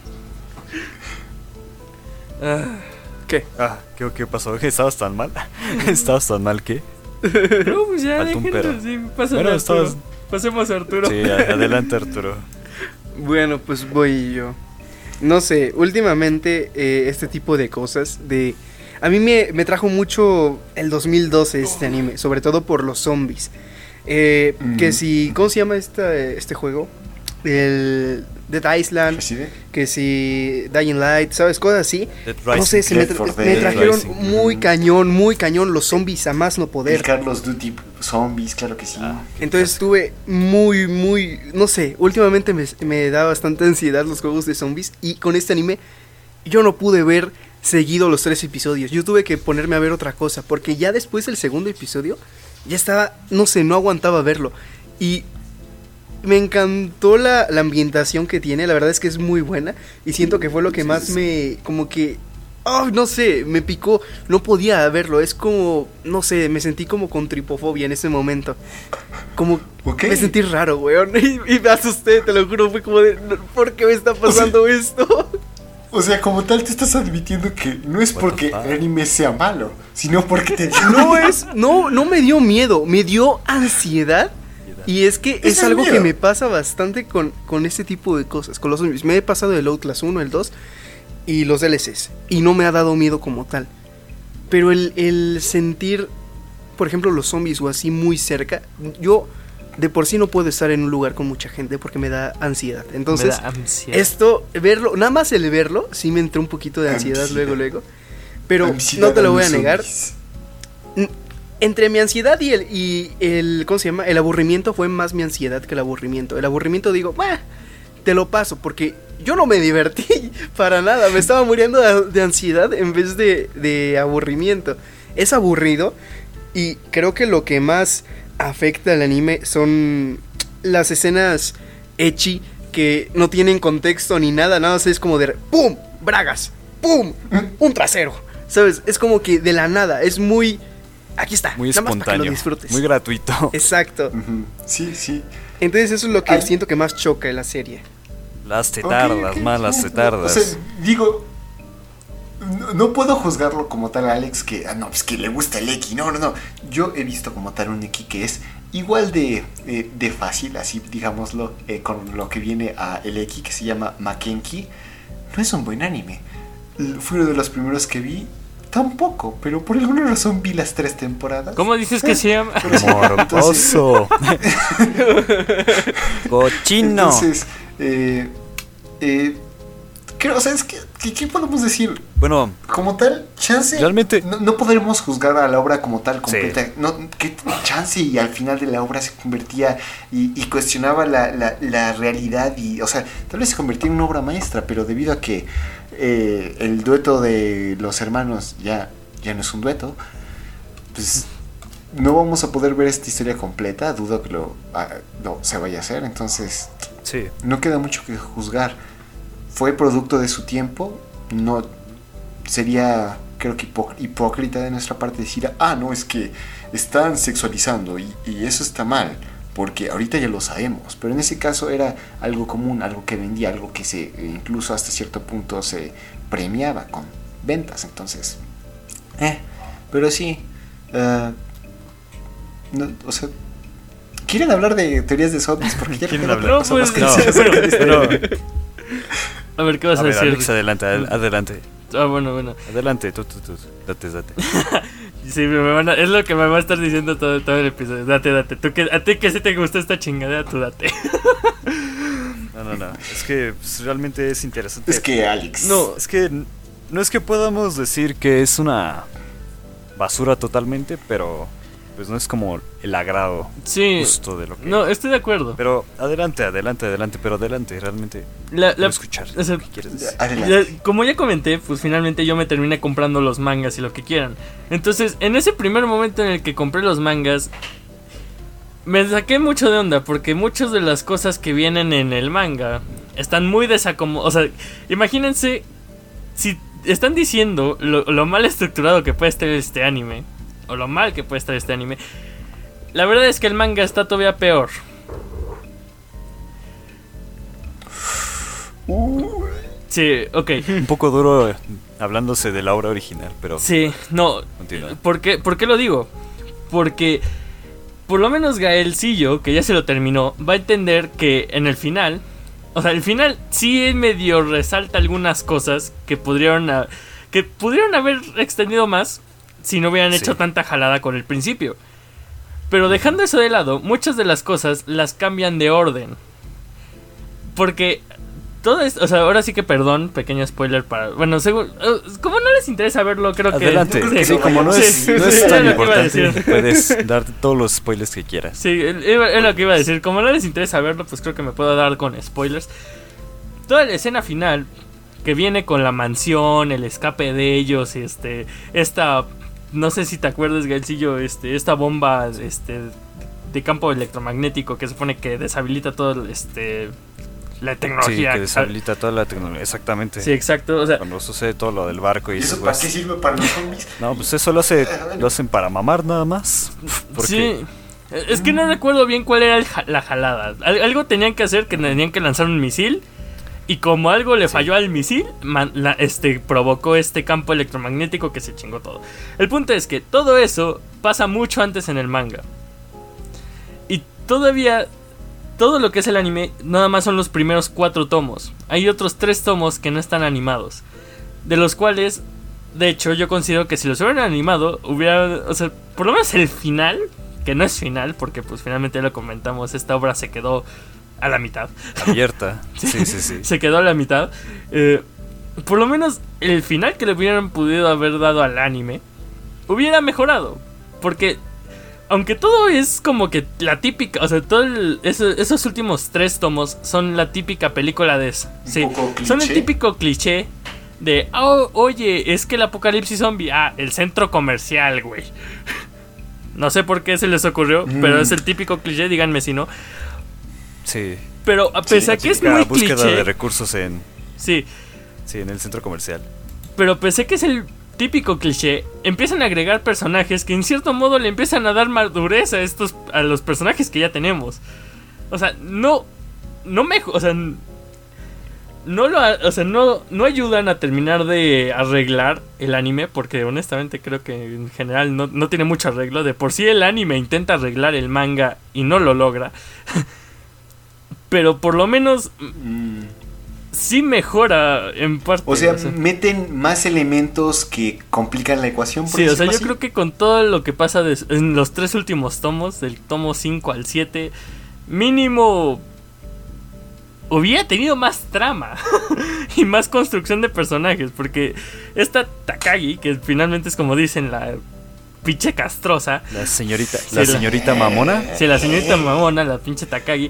¿Qué pasó? ¿Estabas tan mal? ¿Estabas tan mal qué? No, pues ya, Faltó un pero. sí, pásale, Arturo. Pasemos a Arturo. Sí, adelante, Arturo. Bueno, pues voy yo. No sé, últimamente este tipo de cosas a mí me trajo mucho el 2012 este anime, sobre todo por los zombies. Que si, ¿cómo se llama este juego? El Dead Island, que si Dying Light, ¿sabes? Cosas así. No sé, me trajeron muy cañón los zombies a más no poder. El Carlos Duty Zombies, claro que sí. Entonces estuve muy, no sé, últimamente me da bastante ansiedad los juegos de zombies. Y con este anime yo no pude ver seguido los 3 episodios. Yo tuve que ponerme a ver otra cosa, porque ya después del segundo episodio ya estaba, no sé, no aguantaba verlo. Y me encantó la ambientación que tiene, la verdad es que es muy buena. Y siento que fue lo que más me, como que, no sé, me picó. No podía verlo, es como, no sé, me sentí como con tripofobia en ese momento. Como, me sentí raro, weón. Y me asusté, te lo juro, fue como de, ¿por qué me está pasando esto? O sea, como tal, te estás admitiendo que no es porque el anime sea malo, sino porque te dio no me dio miedo, me dio ansiedad. Y es que es algo que me pasa bastante con este tipo de cosas, con los zombies. Me he pasado el Outlast 1, el 2 y los DLCs, y no me ha dado miedo como tal. Pero el sentir, por ejemplo, los zombies o así muy cerca, yo de por sí no puedo estar en un lugar con mucha gente porque me da ansiedad. Entonces, Me da ansiedad. esto, verlo, nada más el verlo, sí me entró un poquito de ansiedad luego. Pero no te lo voy a negar. Entre mi ansiedad y el ¿cómo se llama? El aburrimiento fue más mi ansiedad que el aburrimiento. El aburrimiento digo, te lo paso porque yo no me divertí para nada. Me estaba muriendo de ansiedad en vez de aburrimiento. Es aburrido y creo que lo que más afecta al anime son las escenas ecchi que no tienen contexto ni nada. Nada más es como de ¡pum! Bragas, ¡pum! Un trasero. ¿Sabes? Es como que de la nada. Es muy... Aquí está, muy nada más para que espontáneo, lo disfrutes. muy gratuito. Exacto. Sí. Entonces eso es lo que siento que más choca en la serie. Las tetardas, Okay. malas tetardas. O sea, digo, no puedo juzgarlo como tal a Alex que, pues que le gusta el Eki. No. Yo he visto como tal un Eki que es igual de fácil, así digámoslo, con lo que viene a el Eki que se llama Makenki. No es un buen anime. Fue uno de los primeros que vi. Tampoco, pero por alguna razón vi las 3 temporadas. ¿Cómo dices que se llama? Morboso. Cochino. Entonces, creo, o sea, es que ¿qué podemos decir? Bueno, como tal, chance. Realmente no podremos juzgar a la obra como tal completa. Sí. No, que chance y al final de la obra se convertía y cuestionaba la realidad y, o sea, tal vez se convertía en una obra maestra, pero debido a que el dueto de los hermanos ya no es un dueto, pues no vamos a poder ver esta historia completa. Dudo que lo se vaya a hacer. Entonces, sí, no queda mucho que juzgar. Fue producto de su tiempo. No sería, creo que hipócrita de nuestra parte decir, no, es que están sexualizando y eso está mal, porque ahorita ya lo sabemos. Pero en ese caso era algo común, algo que vendía, algo que se incluso hasta cierto punto se premiaba con ventas. Entonces, pero sí, no, o sea, ¿quieren hablar de teorías de zombies? Porque ya ¿Quieren no hablar? cosa más que No, decir. pero A ver, ¿qué vas a ver, decir? Alex, adelante. Bueno. Adelante, tú. Date. Sí, es lo que me va a estar diciendo todo el episodio. Date. A ti que sí te gustó esta chingadera, tú date. No. Es que pues, realmente es interesante. Es que Alex. No es que podamos decir que es una basura totalmente, pero pues no es como el agrado justo de lo que... No, estoy de acuerdo. Pero adelante, pero adelante, realmente quiero escuchar. O sea, ¿qué quieres decir? Adelante. Como ya comenté, pues finalmente yo me terminé comprando los mangas y lo que quieran. Entonces, en ese primer momento en el que compré los mangas, me saqué mucho de onda porque muchas de las cosas que vienen en el manga están muy desacomodadas. O sea, imagínense si están diciendo lo mal estructurado que puede estar este anime, o lo mal que puede estar este anime. La verdad es que el manga está todavía peor. Sí, ok. Un poco duro hablándose de la obra original, pero... Sí, no. Continúa. ¿Por qué lo digo? Porque por lo menos Gaelcillo, que ya se lo terminó, va a entender que en el final... O sea, el final sí medio resalta algunas cosas que pudieron haber extendido más si no hubieran hecho tanta jalada con el principio. Pero dejando eso de lado, muchas de las cosas las cambian de orden. Porque todo esto, o sea, ahora sí que perdón, pequeño spoiler para... Bueno, como no les interesa verlo, creo adelante. que... Sí, como no es sí, tan es lo que iba a importante, decir. puedes darte todos los spoilers que quieras. Sí, es lo que iba a decir. Como no les interesa verlo, pues creo que me puedo dar con spoilers. Toda la escena final, que viene con la mansión, el escape de ellos, esta... No sé si te acuerdas, Gaelcillo, esta bomba de campo electromagnético que supone que deshabilita todo la tecnología. Sí, que deshabilita toda la tecnología, exactamente. Sí, exacto. O sea, cuando sucede todo lo del barco y ¿Eso para qué sirve para los zombies? No, pues eso lo hacen para mamar nada más. Sí. Es que no recuerdo bien cuál era la jalada. Algo tenían que hacer, que tenían que lanzar un misil. Y como algo le falló al misil, provocó este campo electromagnético que se chingó todo. El punto es que todo eso pasa mucho antes en el manga. Y todavía, todo lo que es el anime, nada más son los primeros 4 tomos. Hay otros 3 tomos que no están animados. De los cuales, de hecho, yo considero que si los hubieran animado, o sea, por lo menos el final, que no es final, porque pues finalmente lo comentamos, esta obra se quedó a la mitad. Abierta. Sí. Se quedó a la mitad. Por lo menos el final que le hubieran podido haber dado al anime hubiera mejorado. Porque aunque todo es como que la típica, o sea, esos últimos 3 tomos son la típica película de eso. Sí, son el típico cliché de, oye, es que el apocalipsis zombie, el centro comercial, güey. No sé por qué se les ocurrió, pero es el típico cliché, díganme si no. Sí. Pero a pesar que es muy búsqueda cliché de recursos en... Sí, en el centro comercial. pero pese que es el típico cliché, empiezan a agregar personajes que en cierto modo le empiezan a dar madurez a los personajes que ya tenemos. O sea, no ayudan a terminar de arreglar el anime, porque honestamente creo que en general no tiene mucho arreglo. De por sí el anime intenta arreglar el manga y no lo logra. Pero por lo menos sí mejora en parte. O sea, meten más elementos que complican la ecuación. Sí, o sea, yo creo que con todo lo que pasa en los 3 últimos tomos, del tomo 5 al 7, mínimo hubiera tenido más trama y más construcción de personajes. Porque esta Takagi, que finalmente es como dicen, la pinche castrosa, la señorita mamona. Sí, la señorita mamona, la pinche Takagi.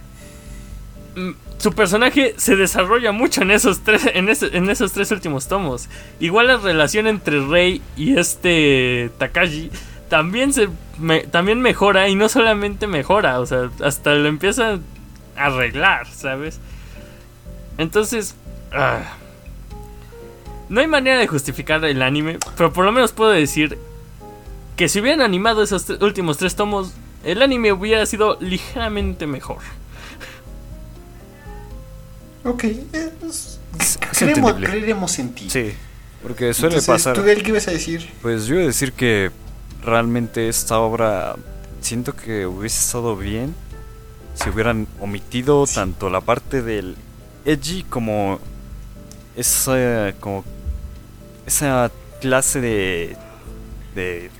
Su personaje se desarrolla mucho en esos 3 últimos tomos. Igual la relación entre Rei y Takagi también mejora, y no solamente mejora, o sea, hasta lo empieza a arreglar, ¿sabes? Entonces, no hay manera de justificar el anime, pero por lo menos puedo decir que si hubieran animado esos últimos 3 tomos, el anime hubiera sido ligeramente mejor. Ok, creeremos en ti. Sí, porque suele pasar. ¿Tú, Gael, qué ibas a decir? Pues yo iba a decir que realmente esta obra siento que hubiese estado bien si hubieran omitido tanto la parte del edgy como esa clase de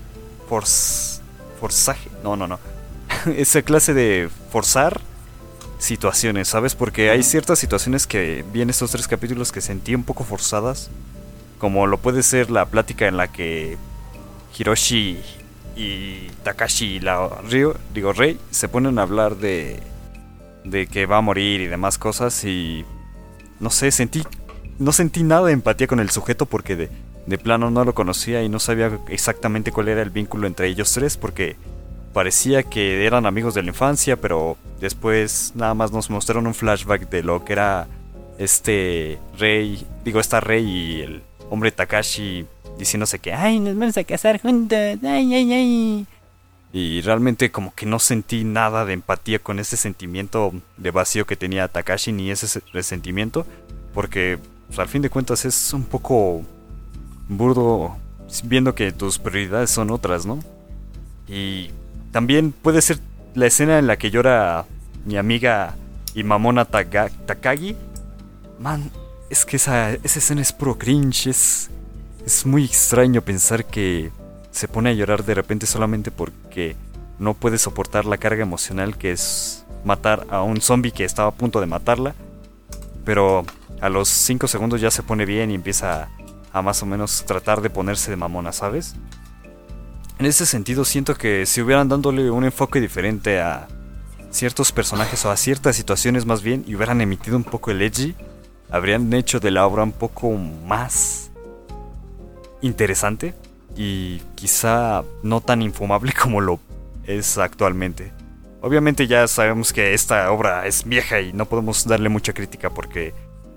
forzaje. No. Esa clase de forzar situaciones, ¿sabes? Porque hay ciertas situaciones que vi en estos 3 capítulos que sentí un poco forzadas, como lo puede ser la plática en la que Hiroshi y Takashi y Rei se ponen a hablar de que va a morir y demás cosas, y no sé, no sentí nada de empatía con el sujeto, porque de plano no lo conocía y no sabía exactamente cuál era el vínculo entre ellos 3, porque parecía que eran amigos de la infancia, pero después nada más nos mostraron un flashback de lo que era esta Rei y el hombre Takashi diciéndose que nos vamos a casar juntos, ay. Y realmente como que no sentí nada de empatía con ese sentimiento de vacío que tenía Takashi, ni ese resentimiento, porque pues, al fin de cuentas es un poco burdo viendo que tus prioridades son otras, ¿no? Y también puede ser la escena en la que llora mi amiga y mamona Takagi. Man, es que esa escena es puro cringe. Es muy extraño pensar que se pone a llorar de repente solamente porque no puede soportar la carga emocional que es matar a un zombie que estaba a punto de matarla. Pero a los 5 segundos ya se pone bien y empieza a más o menos tratar de ponerse de mamona, ¿sabes? En ese sentido siento que si hubieran dándole un enfoque diferente a ciertos personajes o a ciertas situaciones más bien, y hubieran emitido un poco el edgy, habrían hecho de la obra un poco más interesante y quizá no tan infumable como lo es actualmente. Obviamente ya sabemos que esta obra es vieja y no podemos darle mucha crítica porque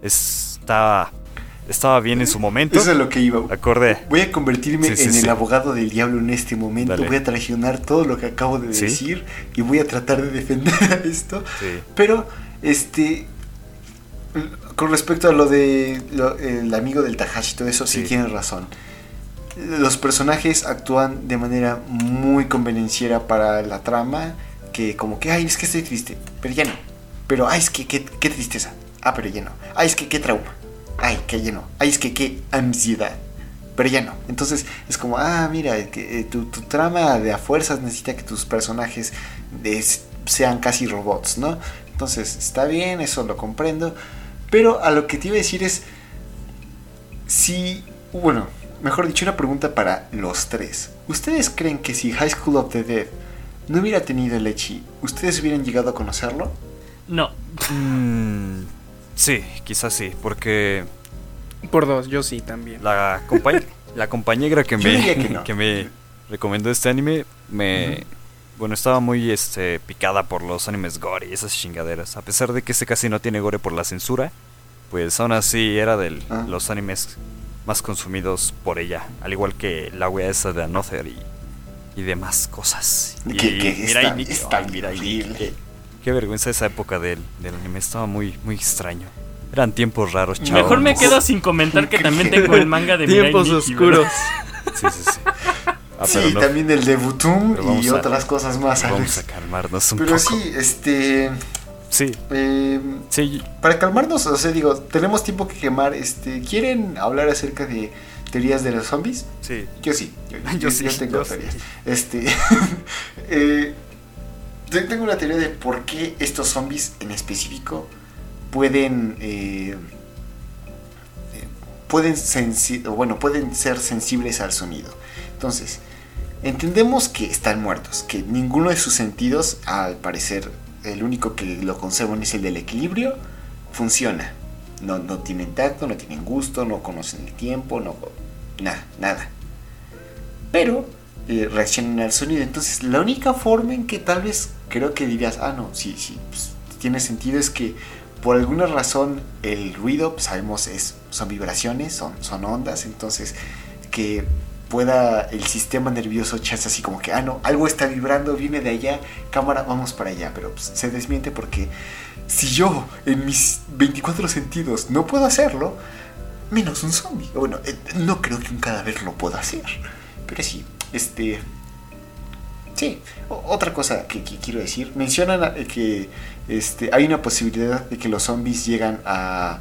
estaba bien en su momento. Eso es lo que iba. Acordé. Voy a convertirme en el abogado del diablo en este momento. Dale. Voy a traicionar todo lo que acabo de decir y voy a tratar de defender esto. Sí. Pero, con respecto a lo de el amigo del Takashi, todo eso, sí tienes razón. Los personajes actúan de manera muy convenenciera para la trama. Que como que, es que estoy triste, pero ya no. Pero, es que qué tristeza. Pero ya no. Es que qué trauma. Qué lleno. Es que qué ansiedad. pero ya no. Entonces es como, mira, que tu trama de a fuerzas necesita que tus personajes sean casi robots, ¿no? Entonces está bien, eso lo comprendo. Pero a lo que te iba a decir es, bueno, mejor dicho, una pregunta para los tres. ¿Ustedes creen que si High School of the Dead no hubiera tenido el ecchi, ¿ustedes hubieran llegado a conocerlo? No. Sí, quizás sí, porque... Por dos, yo sí también. La compañera que me recomendó este anime bueno, estaba muy picada por los animes gore y esas chingaderas. A pesar de que casi no tiene gore por la censura, pues aún así era de los animes más consumidos por ella. Al igual que la wea esa de Another y demás cosas. Qué vergüenza esa época del anime, estaba muy, muy extraño. Eran tiempos raros, chavos. Mejor me quedo sin comentar que también tengo el manga de Tiempos Mirai Nikki, oscuros. Sí. Sí, también el de Butum y otras cosas más. Vamos a calmarnos un poco. Pero sí, sí. Para calmarnos, o sea, digo, tenemos tiempo que quemar. ¿Quieren hablar acerca de teorías de los zombies? Sí. Yo sí. Yo tengo teorías. Tengo una teoría de por qué estos zombies en específico pueden ser sensibles al sonido. Entonces, entendemos que están muertos, que ninguno de sus sentidos, al parecer, el único que lo conservan es el del equilibrio, funciona. No tienen tacto, no tienen gusto, no conocen el tiempo, nada. Pero reaccionan al sonido. Entonces, la única forma en que tal vez creo que dirías, sí, pues, tiene sentido, es que por alguna razón el ruido, pues, sabemos, son vibraciones, son ondas. Entonces, que pueda el sistema nervioso echarse así como que, algo está vibrando, viene de allá, cámara, vamos para allá. Pero pues, se desmiente porque si yo en mis 24 sentidos no puedo hacerlo, menos un zombie. Bueno, no creo que un cadáver lo pueda hacer, pero sí, sí. Otra cosa que quiero decir, mencionan que hay una posibilidad de que los zombies llegan a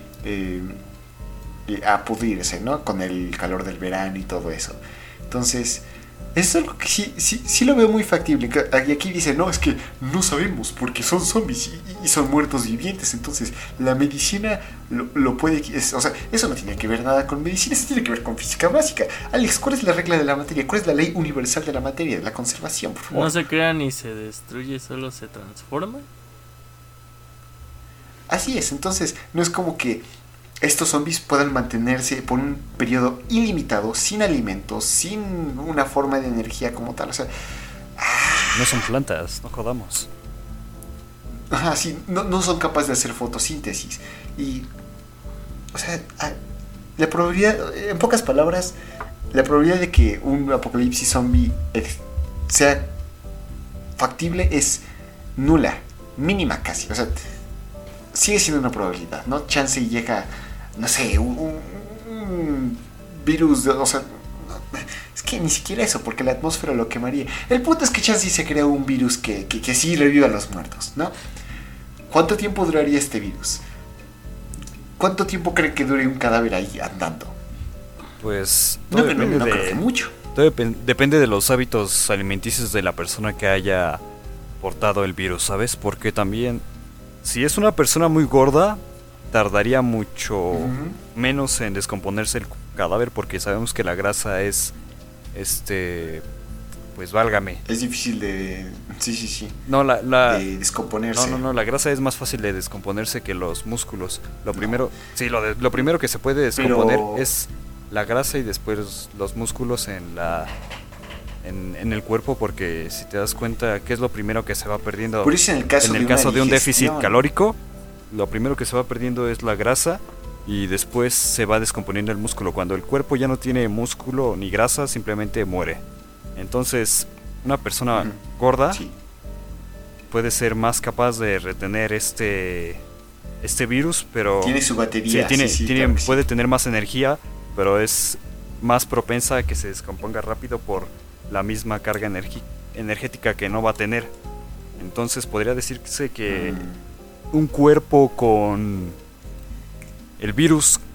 pudrirse, ¿no? Con el calor del verano y todo eso. Entonces, eso es algo que sí lo veo muy factible. Y aquí dice, no, es que no sabemos porque son zombies y son muertos vivientes. Entonces, la medicina lo puede... O sea, eso no tiene que ver nada con medicina, eso tiene que ver con física básica. Alex, ¿cuál es la regla de la materia? ¿Cuál es la ley universal de la materia, de la conservación, por favor? No se crea ni se destruye, solo se transforma. Así es, entonces, no es como que estos zombies puedan mantenerse por un periodo ilimitado, sin alimentos, sin una forma de energía como tal. O sea, no son plantas, no jodamos. Sí, no son capaces de hacer fotosíntesis. Y, o sea, la probabilidad, en pocas palabras, la probabilidad de que un apocalipsis zombie sea factible es nula, mínima casi. O sea, sigue siendo una probabilidad, ¿no? Chance y llega, no sé, un virus, o sea, es que ni siquiera eso, porque la atmósfera lo quemaría. El punto es que chance y se crea un virus que sí reviva a los muertos, ¿no? ¿Cuánto tiempo duraría este virus? ¿Cuánto tiempo creen que dure un cadáver ahí andando? Pues no creo que mucho. Depende de los hábitos alimenticios de la persona que haya portado el virus, ¿sabes? Porque también, si es una persona muy gorda, tardaría mucho menos en descomponerse el cadáver, porque sabemos que la grasa es, pues válgame. Es difícil de... Sí. No, de descomponerse. No, la grasa es más fácil de descomponerse que los músculos. Lo primero que se puede descomponer es la grasa y después los músculos en el cuerpo, porque si te das cuenta, ¿qué es lo primero que se va perdiendo? Por eso en el caso de un déficit calórico, lo primero que se va perdiendo es la grasa y después se va descomponiendo el músculo. Cuando el cuerpo ya no tiene músculo ni grasa, simplemente muere. Entonces, una persona gorda puede ser más capaz de retener este virus, pero tiene su batería. Puede tener más energía, pero es más propensa a que se descomponga rápido por la misma carga energética que no va a tener. Entonces podría decirse que un cuerpo con el virus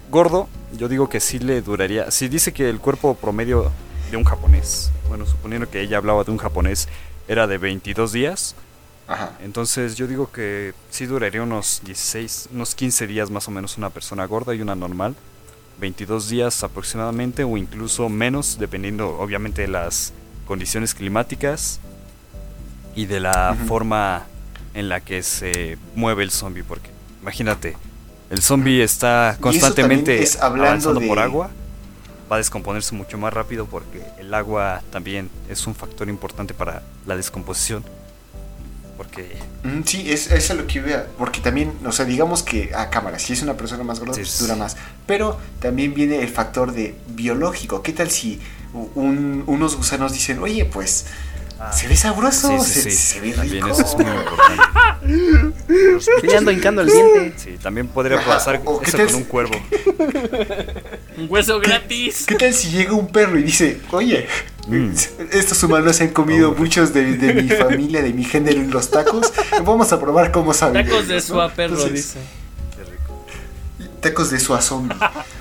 gordo, yo digo que sí le duraría. Si dice que el cuerpo promedio de un japonés, bueno, suponiendo que ella hablaba de un japonés, era de 22 días. Ajá. Entonces yo digo que sí duraría unos 16, unos 15 días más o menos una persona gorda y una normal. 22 días aproximadamente o incluso menos, dependiendo obviamente de las condiciones climáticas y de la forma en la que se mueve el zombie. Porque imagínate, el zombie está constantemente avanzando por agua. Va a descomponerse mucho más rápido porque el agua también es un factor importante para la descomposición. Porque... Sí, eso es lo que vea. Porque también, o sea, digamos que a cámara, si es una persona más gorda, pues dura más. Pero también viene el factor de biológico. ¿Qué tal si unos gusanos dicen, oye, pues... se ve sabroso, se ve rico. Eso es muy importante. Ya ando hincando el diente. Sí, también podría pasar eso con un cuervo. Un hueso gratis. ¿Qué tal si llega un perro y dice, oye, estos humanos se han comido muchos de mi familia, de mi género en los tacos? Vamos a probar cómo saben. Tacos de su perro, entonces, dice. Qué rico. Tacos de su zombie.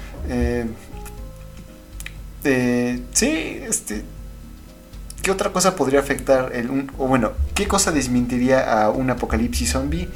Sí, ¿qué otra cosa podría afectar qué cosa desmentiría a un apocalipsis zombie?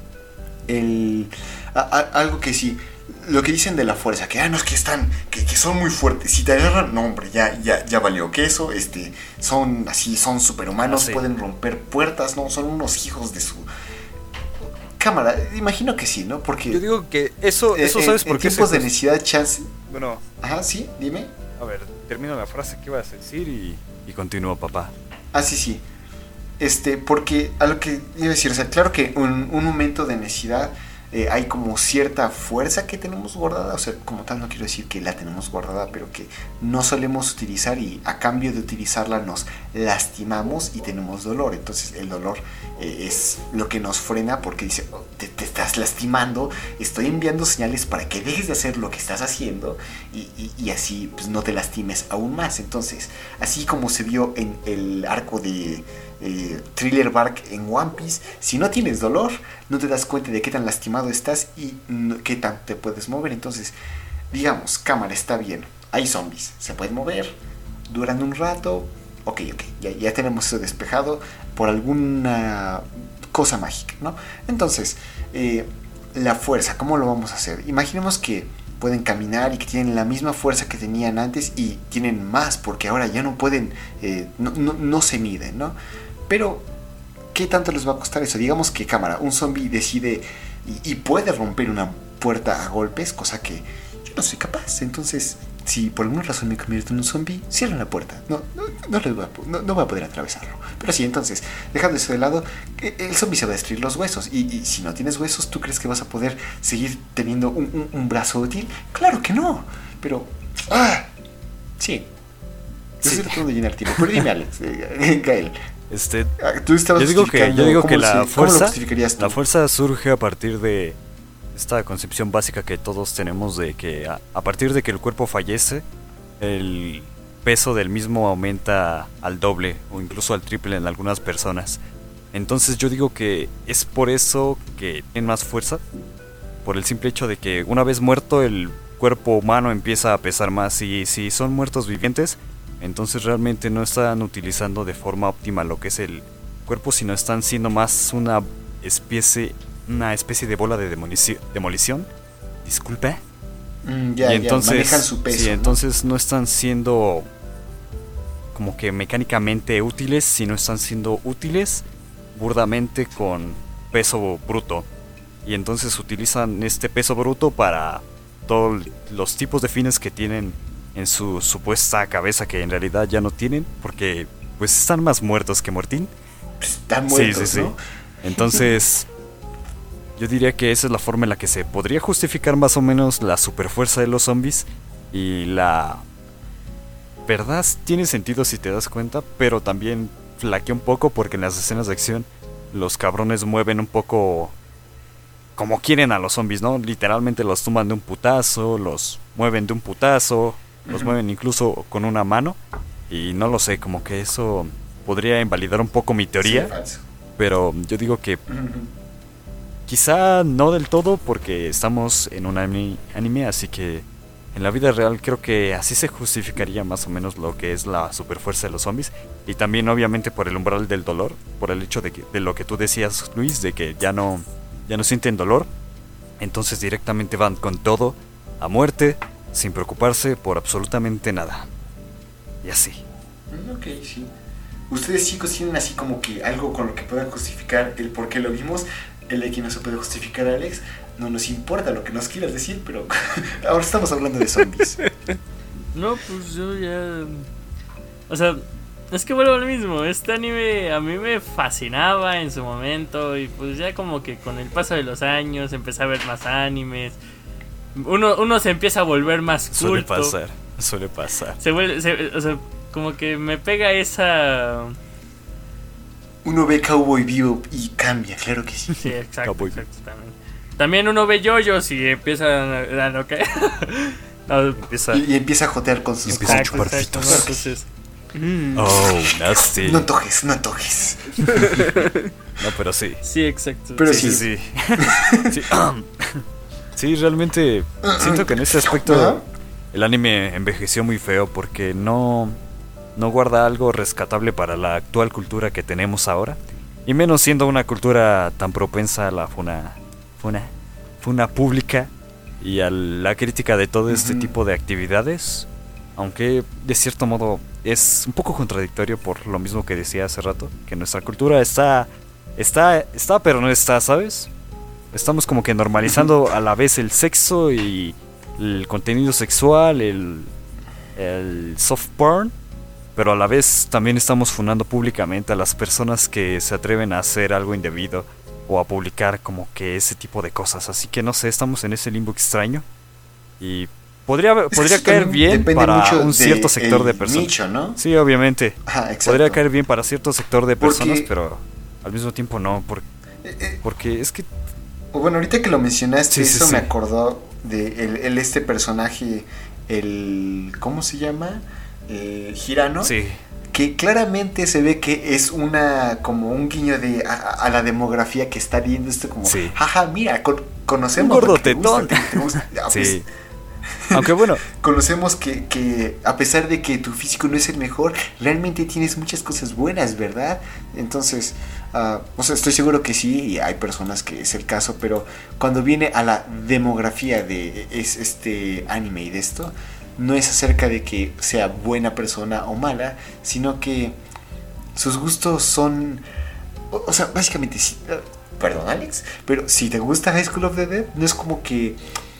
Algo que sí, lo que dicen de la fuerza, que no es que están, que son muy fuertes, si te agarran, no hombre, ya valió queso, son así, son superhumanos, pueden romper puertas, no, son unos hijos de su cámara, imagino que sí, ¿no? Porque yo digo que eso sabes por qué. En tiempos de necesidad, chance. Bueno. Ajá, sí, dime. A ver, termino la frase que ibas a decir y continúo, papá. Sí. Porque a lo que iba a decir, o sea, claro que un momento de necesidad hay como cierta fuerza que tenemos guardada, o sea, como tal no quiero decir que la tenemos guardada, pero que no solemos utilizar y a cambio de utilizarla nos lastimamos y tenemos dolor. Entonces el dolor es lo que nos frena porque dice, te estás lastimando, estoy enviando señales para que dejes de hacer lo que estás haciendo y así pues no te lastimes aún más. Entonces, así como se vio en el arco de Thriller Bark en One Piece, si no tienes dolor, no te das cuenta de qué tan lastimado estás y qué tan te puedes mover. Entonces, digamos, cámara, está bien, hay zombies, se pueden mover, duran un rato, ok, ya tenemos eso despejado por alguna cosa mágica, ¿no? Entonces, la fuerza, ¿cómo lo vamos a hacer? Imaginemos que pueden caminar y que tienen la misma fuerza que tenían antes y tienen más porque ahora ya no pueden, no se miden, ¿no? Pero, ¿qué tanto les va a costar eso? Digamos que cámara, un zombie decide y puede romper una puerta a golpes, cosa que yo no soy capaz. Entonces, si por alguna razón me convierto en un zombie, cierran la puerta. No voy a poder atravesarlo. Pero sí, entonces, dejando eso de lado, el zombie se va a destruir los huesos. Y si no tienes huesos, ¿tú crees que vas a poder seguir teniendo un brazo útil? Claro que no. Pero, sí. Yo estoy tratando de llenar tiempo. Pero dime, Alex, Gael. Tú estabas yo digo que la fuerza surge a partir de esta concepción básica que todos tenemos de que a partir de que el cuerpo fallece, el peso del mismo aumenta al doble o incluso al triple en algunas personas. Entonces yo digo que es por eso que tienen más fuerza, por el simple hecho de que una vez muerto el cuerpo humano empieza a pesar más. Y si son muertos vivientes, entonces realmente no están utilizando de forma óptima lo que es el cuerpo, sino están siendo más una especie de bola de demolición. Disculpe. Y entonces manejan su peso. Sí, entonces no están siendo como que mecánicamente útiles, sino están siendo útiles burdamente con peso bruto. Y entonces utilizan este peso bruto para todos los tipos de fines que tienen en su supuesta cabeza, que en realidad ya no tienen, porque pues están más muertos que Mortín. Están muertos, sí. ¿No? Entonces yo diría que esa es la forma en la que se podría justificar más o menos la superfuerza de los zombies. Y la verdad tiene sentido si te das cuenta, pero también flaquea un poco porque en las escenas de acción los cabrones mueven un poco como quieren a los zombies, ¿no? Literalmente los tumban de un putazo, los mueven de un putazo, los mueven incluso con una mano. Y no lo sé, como que eso podría invalidar un poco mi teoría. Sí, pero yo digo que quizá no del todo porque estamos en un anime, así que en la vida real creo que así se justificaría más o menos lo que es la superfuerza de los zombies. Y también obviamente por el umbral del dolor, por el hecho de lo que tú decías, Luis, de que ya no sienten dolor. Entonces directamente van con todo a muerte, sin preocuparse por absolutamente nada. Y así. Ok, sí. Ustedes chicos tienen así como que algo con lo que puedan justificar el por qué lo vimos. El de que no se puede justificar, Alex. No nos importa lo que nos quieras decir, pero ahora estamos hablando de zombies. No, pues yo ya... O sea, es que vuelvo a lo mismo. Este anime a mí me fascinaba en su momento. Y pues ya como que con el paso de los años empecé a ver más animes. Uno se empieza a volver más culto. Suele pasar. O sea, como que me pega esa... Uno ve Cowboy Bebop y cambia, claro que sí. Sí, exacto, también uno ve yoyos y empieza a no caer. Y empieza a jotear con sus empieza a chupar pitos. Entonces, oh, nasty. No antojes. No, pero sí. Sí, exacto. Pero sí. Sí, realmente siento que en ese aspecto el anime envejeció muy feo porque no guarda algo rescatable para la actual cultura que tenemos ahora. Y menos siendo una cultura tan propensa a la funa pública y a la crítica de todo este tipo de actividades. Aunque de cierto modo es un poco contradictorio por lo mismo que decía hace rato, que nuestra cultura está pero no está, ¿sabes? Estamos como que normalizando a la vez el sexo y el contenido sexual, el soft porn, pero a la vez también estamos funando públicamente a las personas que se atreven a hacer algo indebido o a publicar como que ese tipo de cosas. Así que no sé, estamos en ese limbo extraño y podría caer bien para un cierto sector de personas. Nicho, ¿no? Sí, obviamente. Ajá, podría caer bien para cierto sector de personas, pero al mismo tiempo no, porque es que... Bueno, ahorita que lo mencionaste, sí. me acordó de este personaje, ¿cómo se llama? Hirano. Sí. Que claramente se ve que es como un guiño a la demografía que está viendo esto como, jaja, mira, conocemos... Un gordo tetón. Sí. Aunque bueno, conocemos que a pesar de que tu físico no es el mejor, realmente tienes muchas cosas buenas, ¿verdad? Entonces, o sea, estoy seguro que sí, y hay personas que es el caso, pero cuando viene a la demografía de este anime y de esto, no es acerca de que sea buena persona o mala, sino que sus gustos son, o sea, básicamente, perdón Alex, pero si te gusta High School of the Dead, no es como que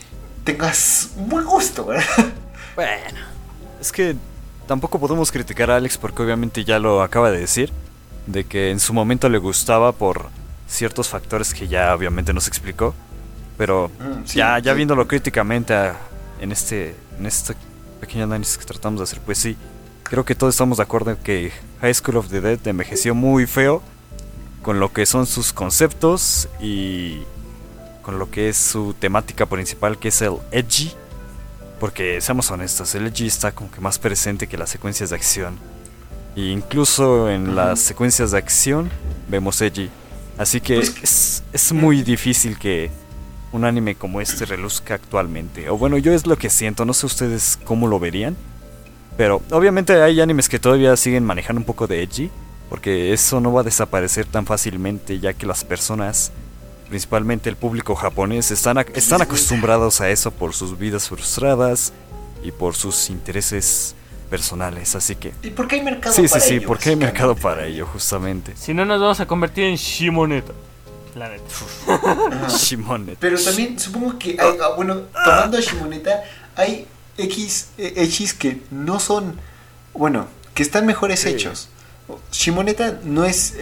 tengas un buen gusto, ¿verdad? Bueno, es que tampoco podemos criticar a Alex porque obviamente ya lo acaba de decir, de que en su momento le gustaba por ciertos factores que ya obviamente nos explicó, pero ya viéndolo críticamente en este pequeño análisis que tratamos de hacer, pues sí, creo que todos estamos de acuerdo en que High School of the Dead envejeció muy feo con lo que son sus conceptos y con lo que es su temática principal, que es el edgy, porque seamos honestos, el edgy está como que más presente que las secuencias de acción, e incluso en las secuencias de acción vemos edgy, así que es muy difícil que un anime como este reluzca actualmente, o bueno, yo es lo que siento, no sé ustedes cómo lo verían, pero obviamente hay animes que todavía siguen manejando un poco de edgy, porque eso no va a desaparecer tan fácilmente, ya que las personas, principalmente el público japonés, están acostumbrados a eso por sus vidas frustradas y por sus intereses personales, así que... ¿Y por qué hay mercado para ello? Sí, porque hay mercado para ello, justamente. Si no, nos vamos a convertir en Shimoneta, la neta. Shimoneta. Pero también supongo que hay, bueno, tomando a Shimoneta, hay H's que no son, bueno, que están mejores hechos. Shimoneta no es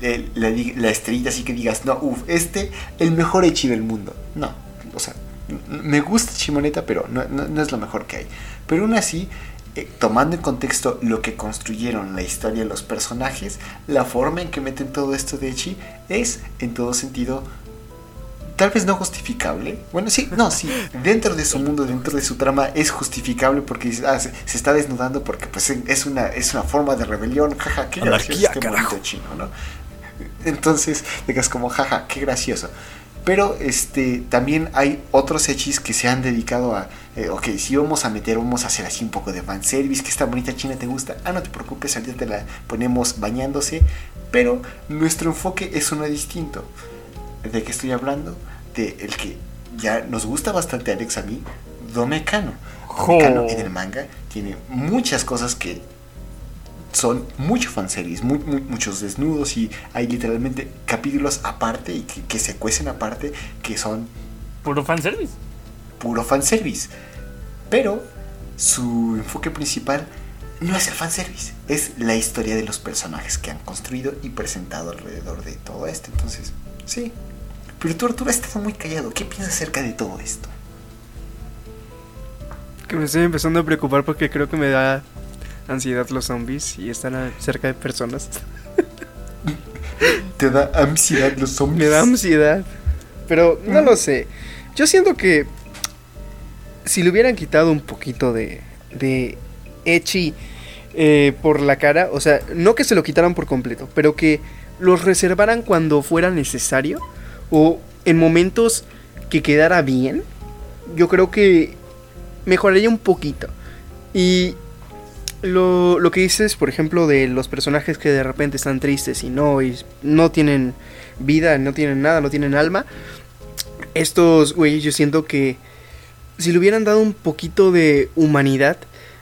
la estrellita así que digas, no, el mejor echi del mundo. No, o sea, me gusta Shimoneta, pero no es lo mejor que hay. Pero aún así, tomando en contexto lo que construyeron, la historia, los personajes, la forma en que meten todo esto de echi es, en todo sentido, tal vez no justificable. Bueno, sí, dentro de su mundo, dentro de su trama es justificable porque se está desnudando porque pues es una forma de rebelión, jaja, qué gracioso este momento chino, ¿no? Entonces, digas como, jaja, qué gracioso. Pero también hay otros echis que se han dedicado a, ok, si vamos a hacer así un poco de fanservice, que esta bonita china te gusta, no te preocupes, ahorita te la ponemos bañándose, pero nuestro enfoque es uno distinto. ¿De qué estoy hablando? De el que ya nos gusta bastante a Alex, a mí, Domekano. Domekano en el manga tiene muchas cosas que son mucho fanservice, muchos desnudos, y hay literalmente capítulos aparte y que se cuecen aparte que son puro fanservice. Puro fanservice. Pero su enfoque principal no es el fanservice, es la historia de los personajes que han construido y presentado alrededor de todo esto. Entonces, sí. Pero tú, Arturo, has estado muy callado. ¿Qué piensas acerca de todo esto? Que me estoy empezando a preocupar porque creo que me da ansiedad los zombies y están cerca de personas. ¿Te da ansiedad los zombies? Me da ansiedad. Pero no lo sé. Yo siento que si le hubieran quitado un poquito de ecchi por la cara, o sea, no que se lo quitaran por completo, pero que los reservaran cuando fuera necesario o en momentos que quedara bien, yo creo que mejoraría un poquito. Y lo que dices, por ejemplo, de los personajes que de repente están tristes y no tienen vida, no tienen nada, no tienen alma, estos güeyes yo siento que si le hubieran dado un poquito de humanidad,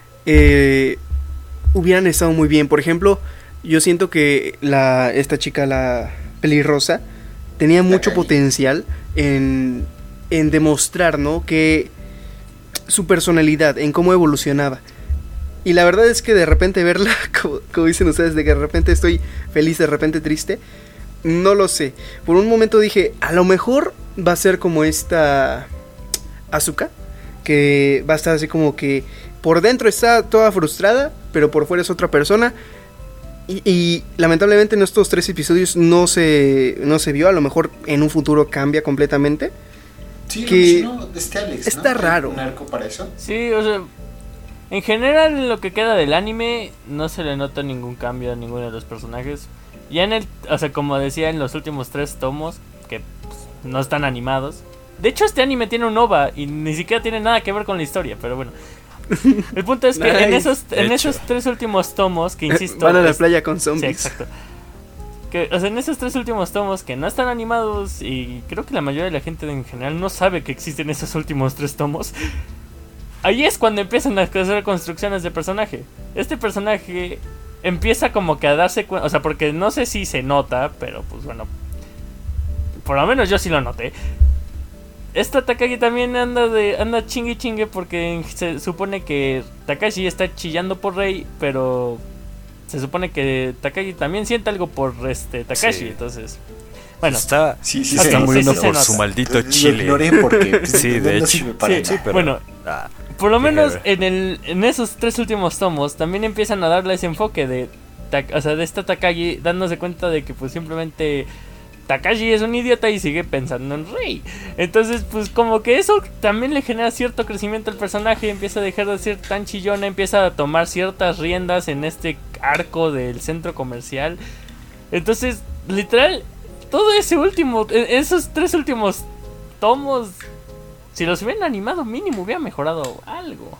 hubieran estado muy bien. Por ejemplo, yo siento que esta chica, la pelirrosa, tenía mucho potencial en demostrar, ¿no?, que su personalidad, en cómo evolucionaba. Y la verdad es que de repente verla, como dicen ustedes, de que de repente estoy feliz, de repente triste, no lo sé. Por un momento dije, a lo mejor va a ser como esta Asuka, que va a estar así como que por dentro está toda frustrada, pero por fuera es otra persona. Y lamentablemente en estos 3 episodios no se vio. A lo mejor en un futuro cambia completamente. Sí, que lo mencionó Alex, está ¿no? raro. ¿Un arco para eso? Sí, o sea, en general en lo que queda del anime no se le nota ningún cambio a ninguno de los personajes. Ya o sea, como decía, en los últimos 3 tomos, que pues, no están animados. De hecho, este anime tiene un OVA y ni siquiera tiene nada que ver con la historia, pero bueno. El punto es que en esos 3 últimos tomos, que insisto, van a la playa con zombies. Sí, exacto. O sea, en esos 3 últimos tomos que no están animados, y creo que la mayoría de la gente en general no sabe que existen esos últimos 3 tomos. Ahí es cuando empiezan a hacer construcciones de personaje. Este personaje empieza como que a darse cuenta, o sea, porque no sé si se nota, pero pues bueno, por lo menos yo sí lo noté. Esta Takagi también anda chingue porque se supone que Takashi está chillando por Rei, pero se supone que Takagi también siente algo por Takashi, sí. Entonces, bueno, está okay, muriendo por su maldito chile. Lo ignoré porque sí, de hecho. Sí, pero bueno, por lo menos en esos 3 últimos tomos también empiezan a darle ese enfoque de esta Takagi dándose cuenta de que pues simplemente Takashi es un idiota y sigue pensando en Rei. Entonces, pues como que eso también le genera cierto crecimiento al personaje. Empieza a dejar de ser tan chillona, empieza a tomar ciertas riendas en este arco del centro comercial. Entonces, literal, todo esos 3 últimos tomos, si los hubieran animado mínimo hubiera mejorado algo.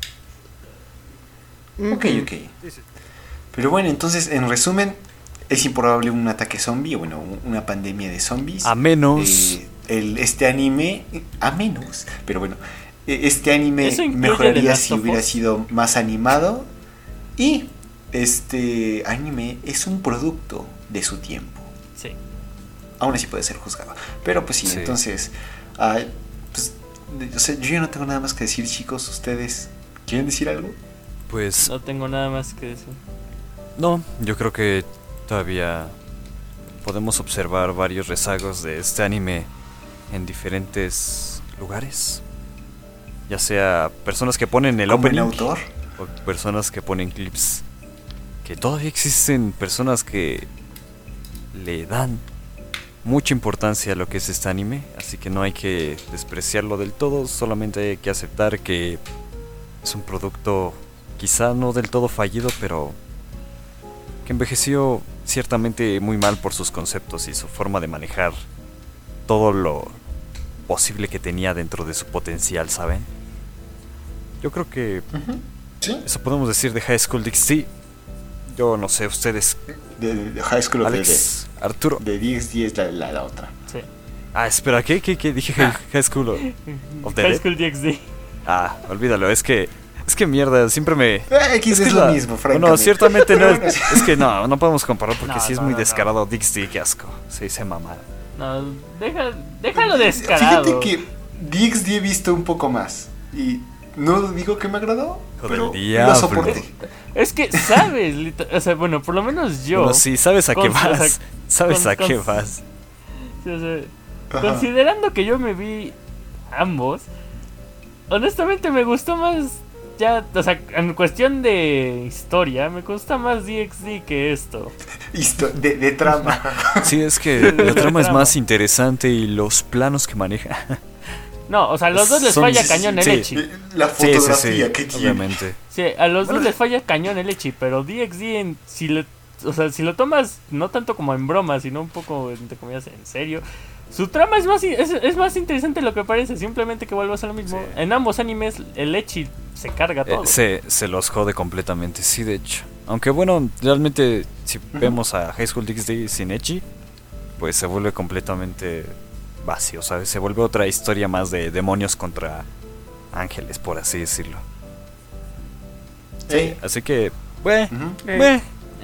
Ok. Pero bueno, entonces, en resumen, es improbable un ataque zombie, bueno, una pandemia de zombies. A menos. Este anime. A menos. Pero bueno, este anime mejoraría si hubiera sido más animado. Y este anime es un producto de su tiempo. Sí. Aún así puede ser juzgado. Pero pues sí. Entonces. Pues, o sea, yo ya no tengo nada más que decir, chicos. ¿Ustedes quieren decir algo? Pues. No tengo nada más que decir. No, yo creo que todavía podemos observar varios rezagos de este anime en diferentes lugares. Ya sea personas que ponen el opening autor o personas que ponen clips. Que todavía existen personas que le dan mucha importancia a lo que es este anime. Así que no hay que despreciarlo del todo. Solamente hay que aceptar que es un producto quizá no del todo fallido, pero que envejeció ciertamente muy mal por sus conceptos y su forma de manejar todo lo posible que tenía dentro de su potencial, ¿saben? Yo creo que ¿Sí? eso podemos decir de High School DxD. Yo no sé, ustedes. De High School of Alex, Arturo. De DxD es la otra. Sí. Ah, espera, ¿qué? Dije High School of the High Dead. School DxD. Ah, olvídalo, es que mierda, siempre me... X es es lo mismo, francamente. No, ciertamente no Pero es... bueno, Es que no podemos comparar porque No, sí es no, muy no, descarado DxD, qué asco. Se mamada. No, déjalo descarado. Fíjate que DxD he visto un poco más. Y no digo que me agradó, Hijo pero del diablo. lo soporté. Es que sabes, o sea, bueno, por lo menos yo. Bueno, sí, sabes a qué Con- o vas. sea, Sabes con- a qué con- vas. Sí, o sea, Ajá. considerando que yo me vi ambos, honestamente me gustó más. Ya, o sea, en cuestión de historia, me gusta más DxD que esto. De trama. Sí, es que la trama es más interesante y los planos que maneja. No, o sea, a los dos les Son- falla cañón el sí. Echi. La Sí, fotografía que tiene. obviamente. Sí, a los dos les falla cañón el Echi, pero DxD, si lo tomas no tanto como en broma, sino un poco, entre comillas, en serio, su trama es más interesante de lo que parece, simplemente que vuelvas a lo mismo. Sí. En ambos animes, el Echi se carga todo. Se los jode completamente, sí, de hecho. Aunque bueno, realmente si vemos a High School DxD sin Echi, pues se vuelve completamente vacío, ¿sabes? Se vuelve otra historia más de demonios contra ángeles, por así decirlo. Sí. Así que, bueno, Ujú.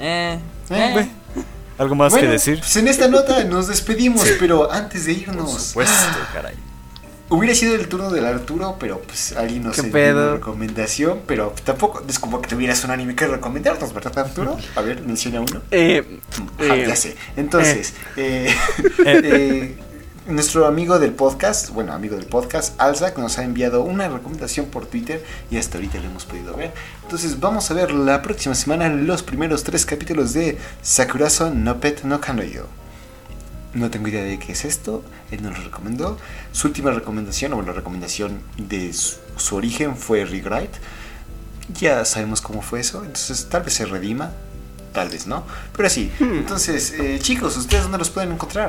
algo más Bueno, que decir. pues en esta nota nos despedimos, pero antes de Por irnos, supuesto, caray. hubiera sido el turno del Arturo, pero pues alguien nos ¿Qué dio pedo? una recomendación, pero tampoco es como que tuvieras un anime que recomendarnos, ¿verdad, Arturo? A ver, menciona uno. Ya sé. Entonces, nuestro amigo del podcast, Alzac, nos ha enviado una recomendación por Twitter y hasta ahorita lo hemos podido ver. Entonces vamos a ver la próxima semana los primeros 3 capítulos de Sakurazo no Pet no Kanoyo. No tengo idea de qué es esto, él nos lo recomendó. Su última recomendación, o la recomendación de su origen fue Rewrite. Ya sabemos cómo fue eso, entonces tal vez se redima, tal vez no. Pero sí, entonces chicos, ¿ustedes dónde los pueden encontrar?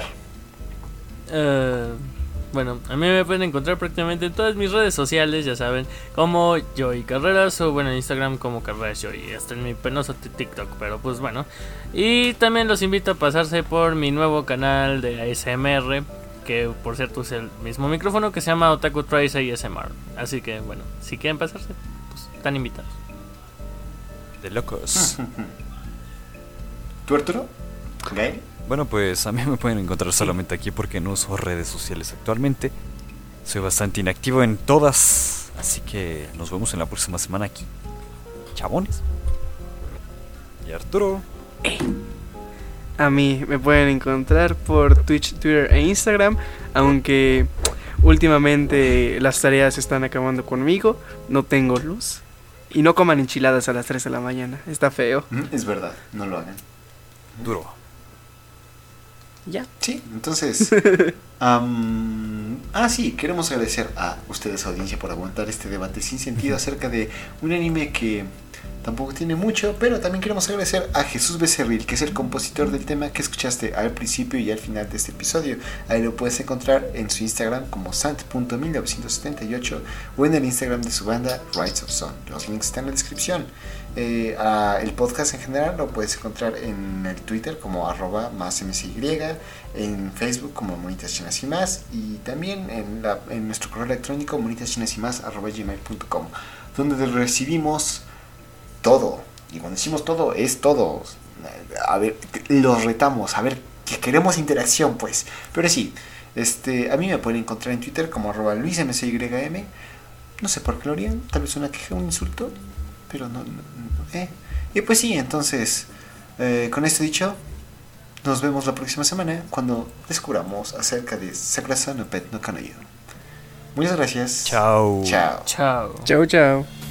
Bueno, a mí me pueden encontrar prácticamente en todas mis redes sociales, ya saben, como Joy Carreras, o bueno, en Instagram como Carreras Joy, hasta en mi penoso TikTok, pero pues bueno. Y también los invito a pasarse por mi nuevo canal de ASMR, que por cierto es el mismo micrófono, que se llama Otaku Tries ASMR. Así que bueno, si quieren pasarse, pues están invitados. De locos. ¿Tú, Arturo? ¿Gael? Bueno, pues a mí me pueden encontrar solamente aquí porque no uso redes sociales actualmente. Soy bastante inactivo en todas. Así que nos vemos en la próxima semana aquí. Chabones. Y Arturo. A mí me pueden encontrar por Twitch, Twitter e Instagram, aunque últimamente las tareas están acabando conmigo, no tengo luz. Y no coman enchiladas a las 3 de la mañana, está feo. Es verdad, no lo hagan. Duro. Ya. Sí, entonces... sí, queremos agradecer a ustedes, audiencia, por aguantar este debate sin sentido acerca de un anime que tampoco tiene mucho, pero también queremos agradecer a Jesús Becerril, que es el compositor del tema que escuchaste al principio y al final de este episodio. Ahí lo puedes encontrar en su Instagram como sant.1978 o en el Instagram de su banda Rights of Sun. Los links están en la descripción. El podcast en general lo puedes encontrar en el Twitter como @másmsy, en Facebook como Monitas Chinas y Más, y también en nuestro correo electrónico monitaschinasymás@gmail.com, donde recibimos todo. Y cuando decimos todo, es todo. A ver, los retamos, a ver, que queremos interacción, pues. Pero sí, a mí me pueden encontrar en Twitter como @luismsym. No sé por qué lo harían, tal vez una queja, un insulto, pero no. Y pues sí, entonces, con esto dicho, nos vemos la próxima semana cuando descubramos acerca de Sakura no Pet no Kanoyo. Muchas gracias. Chao. Chao. Chao. Chao, chao.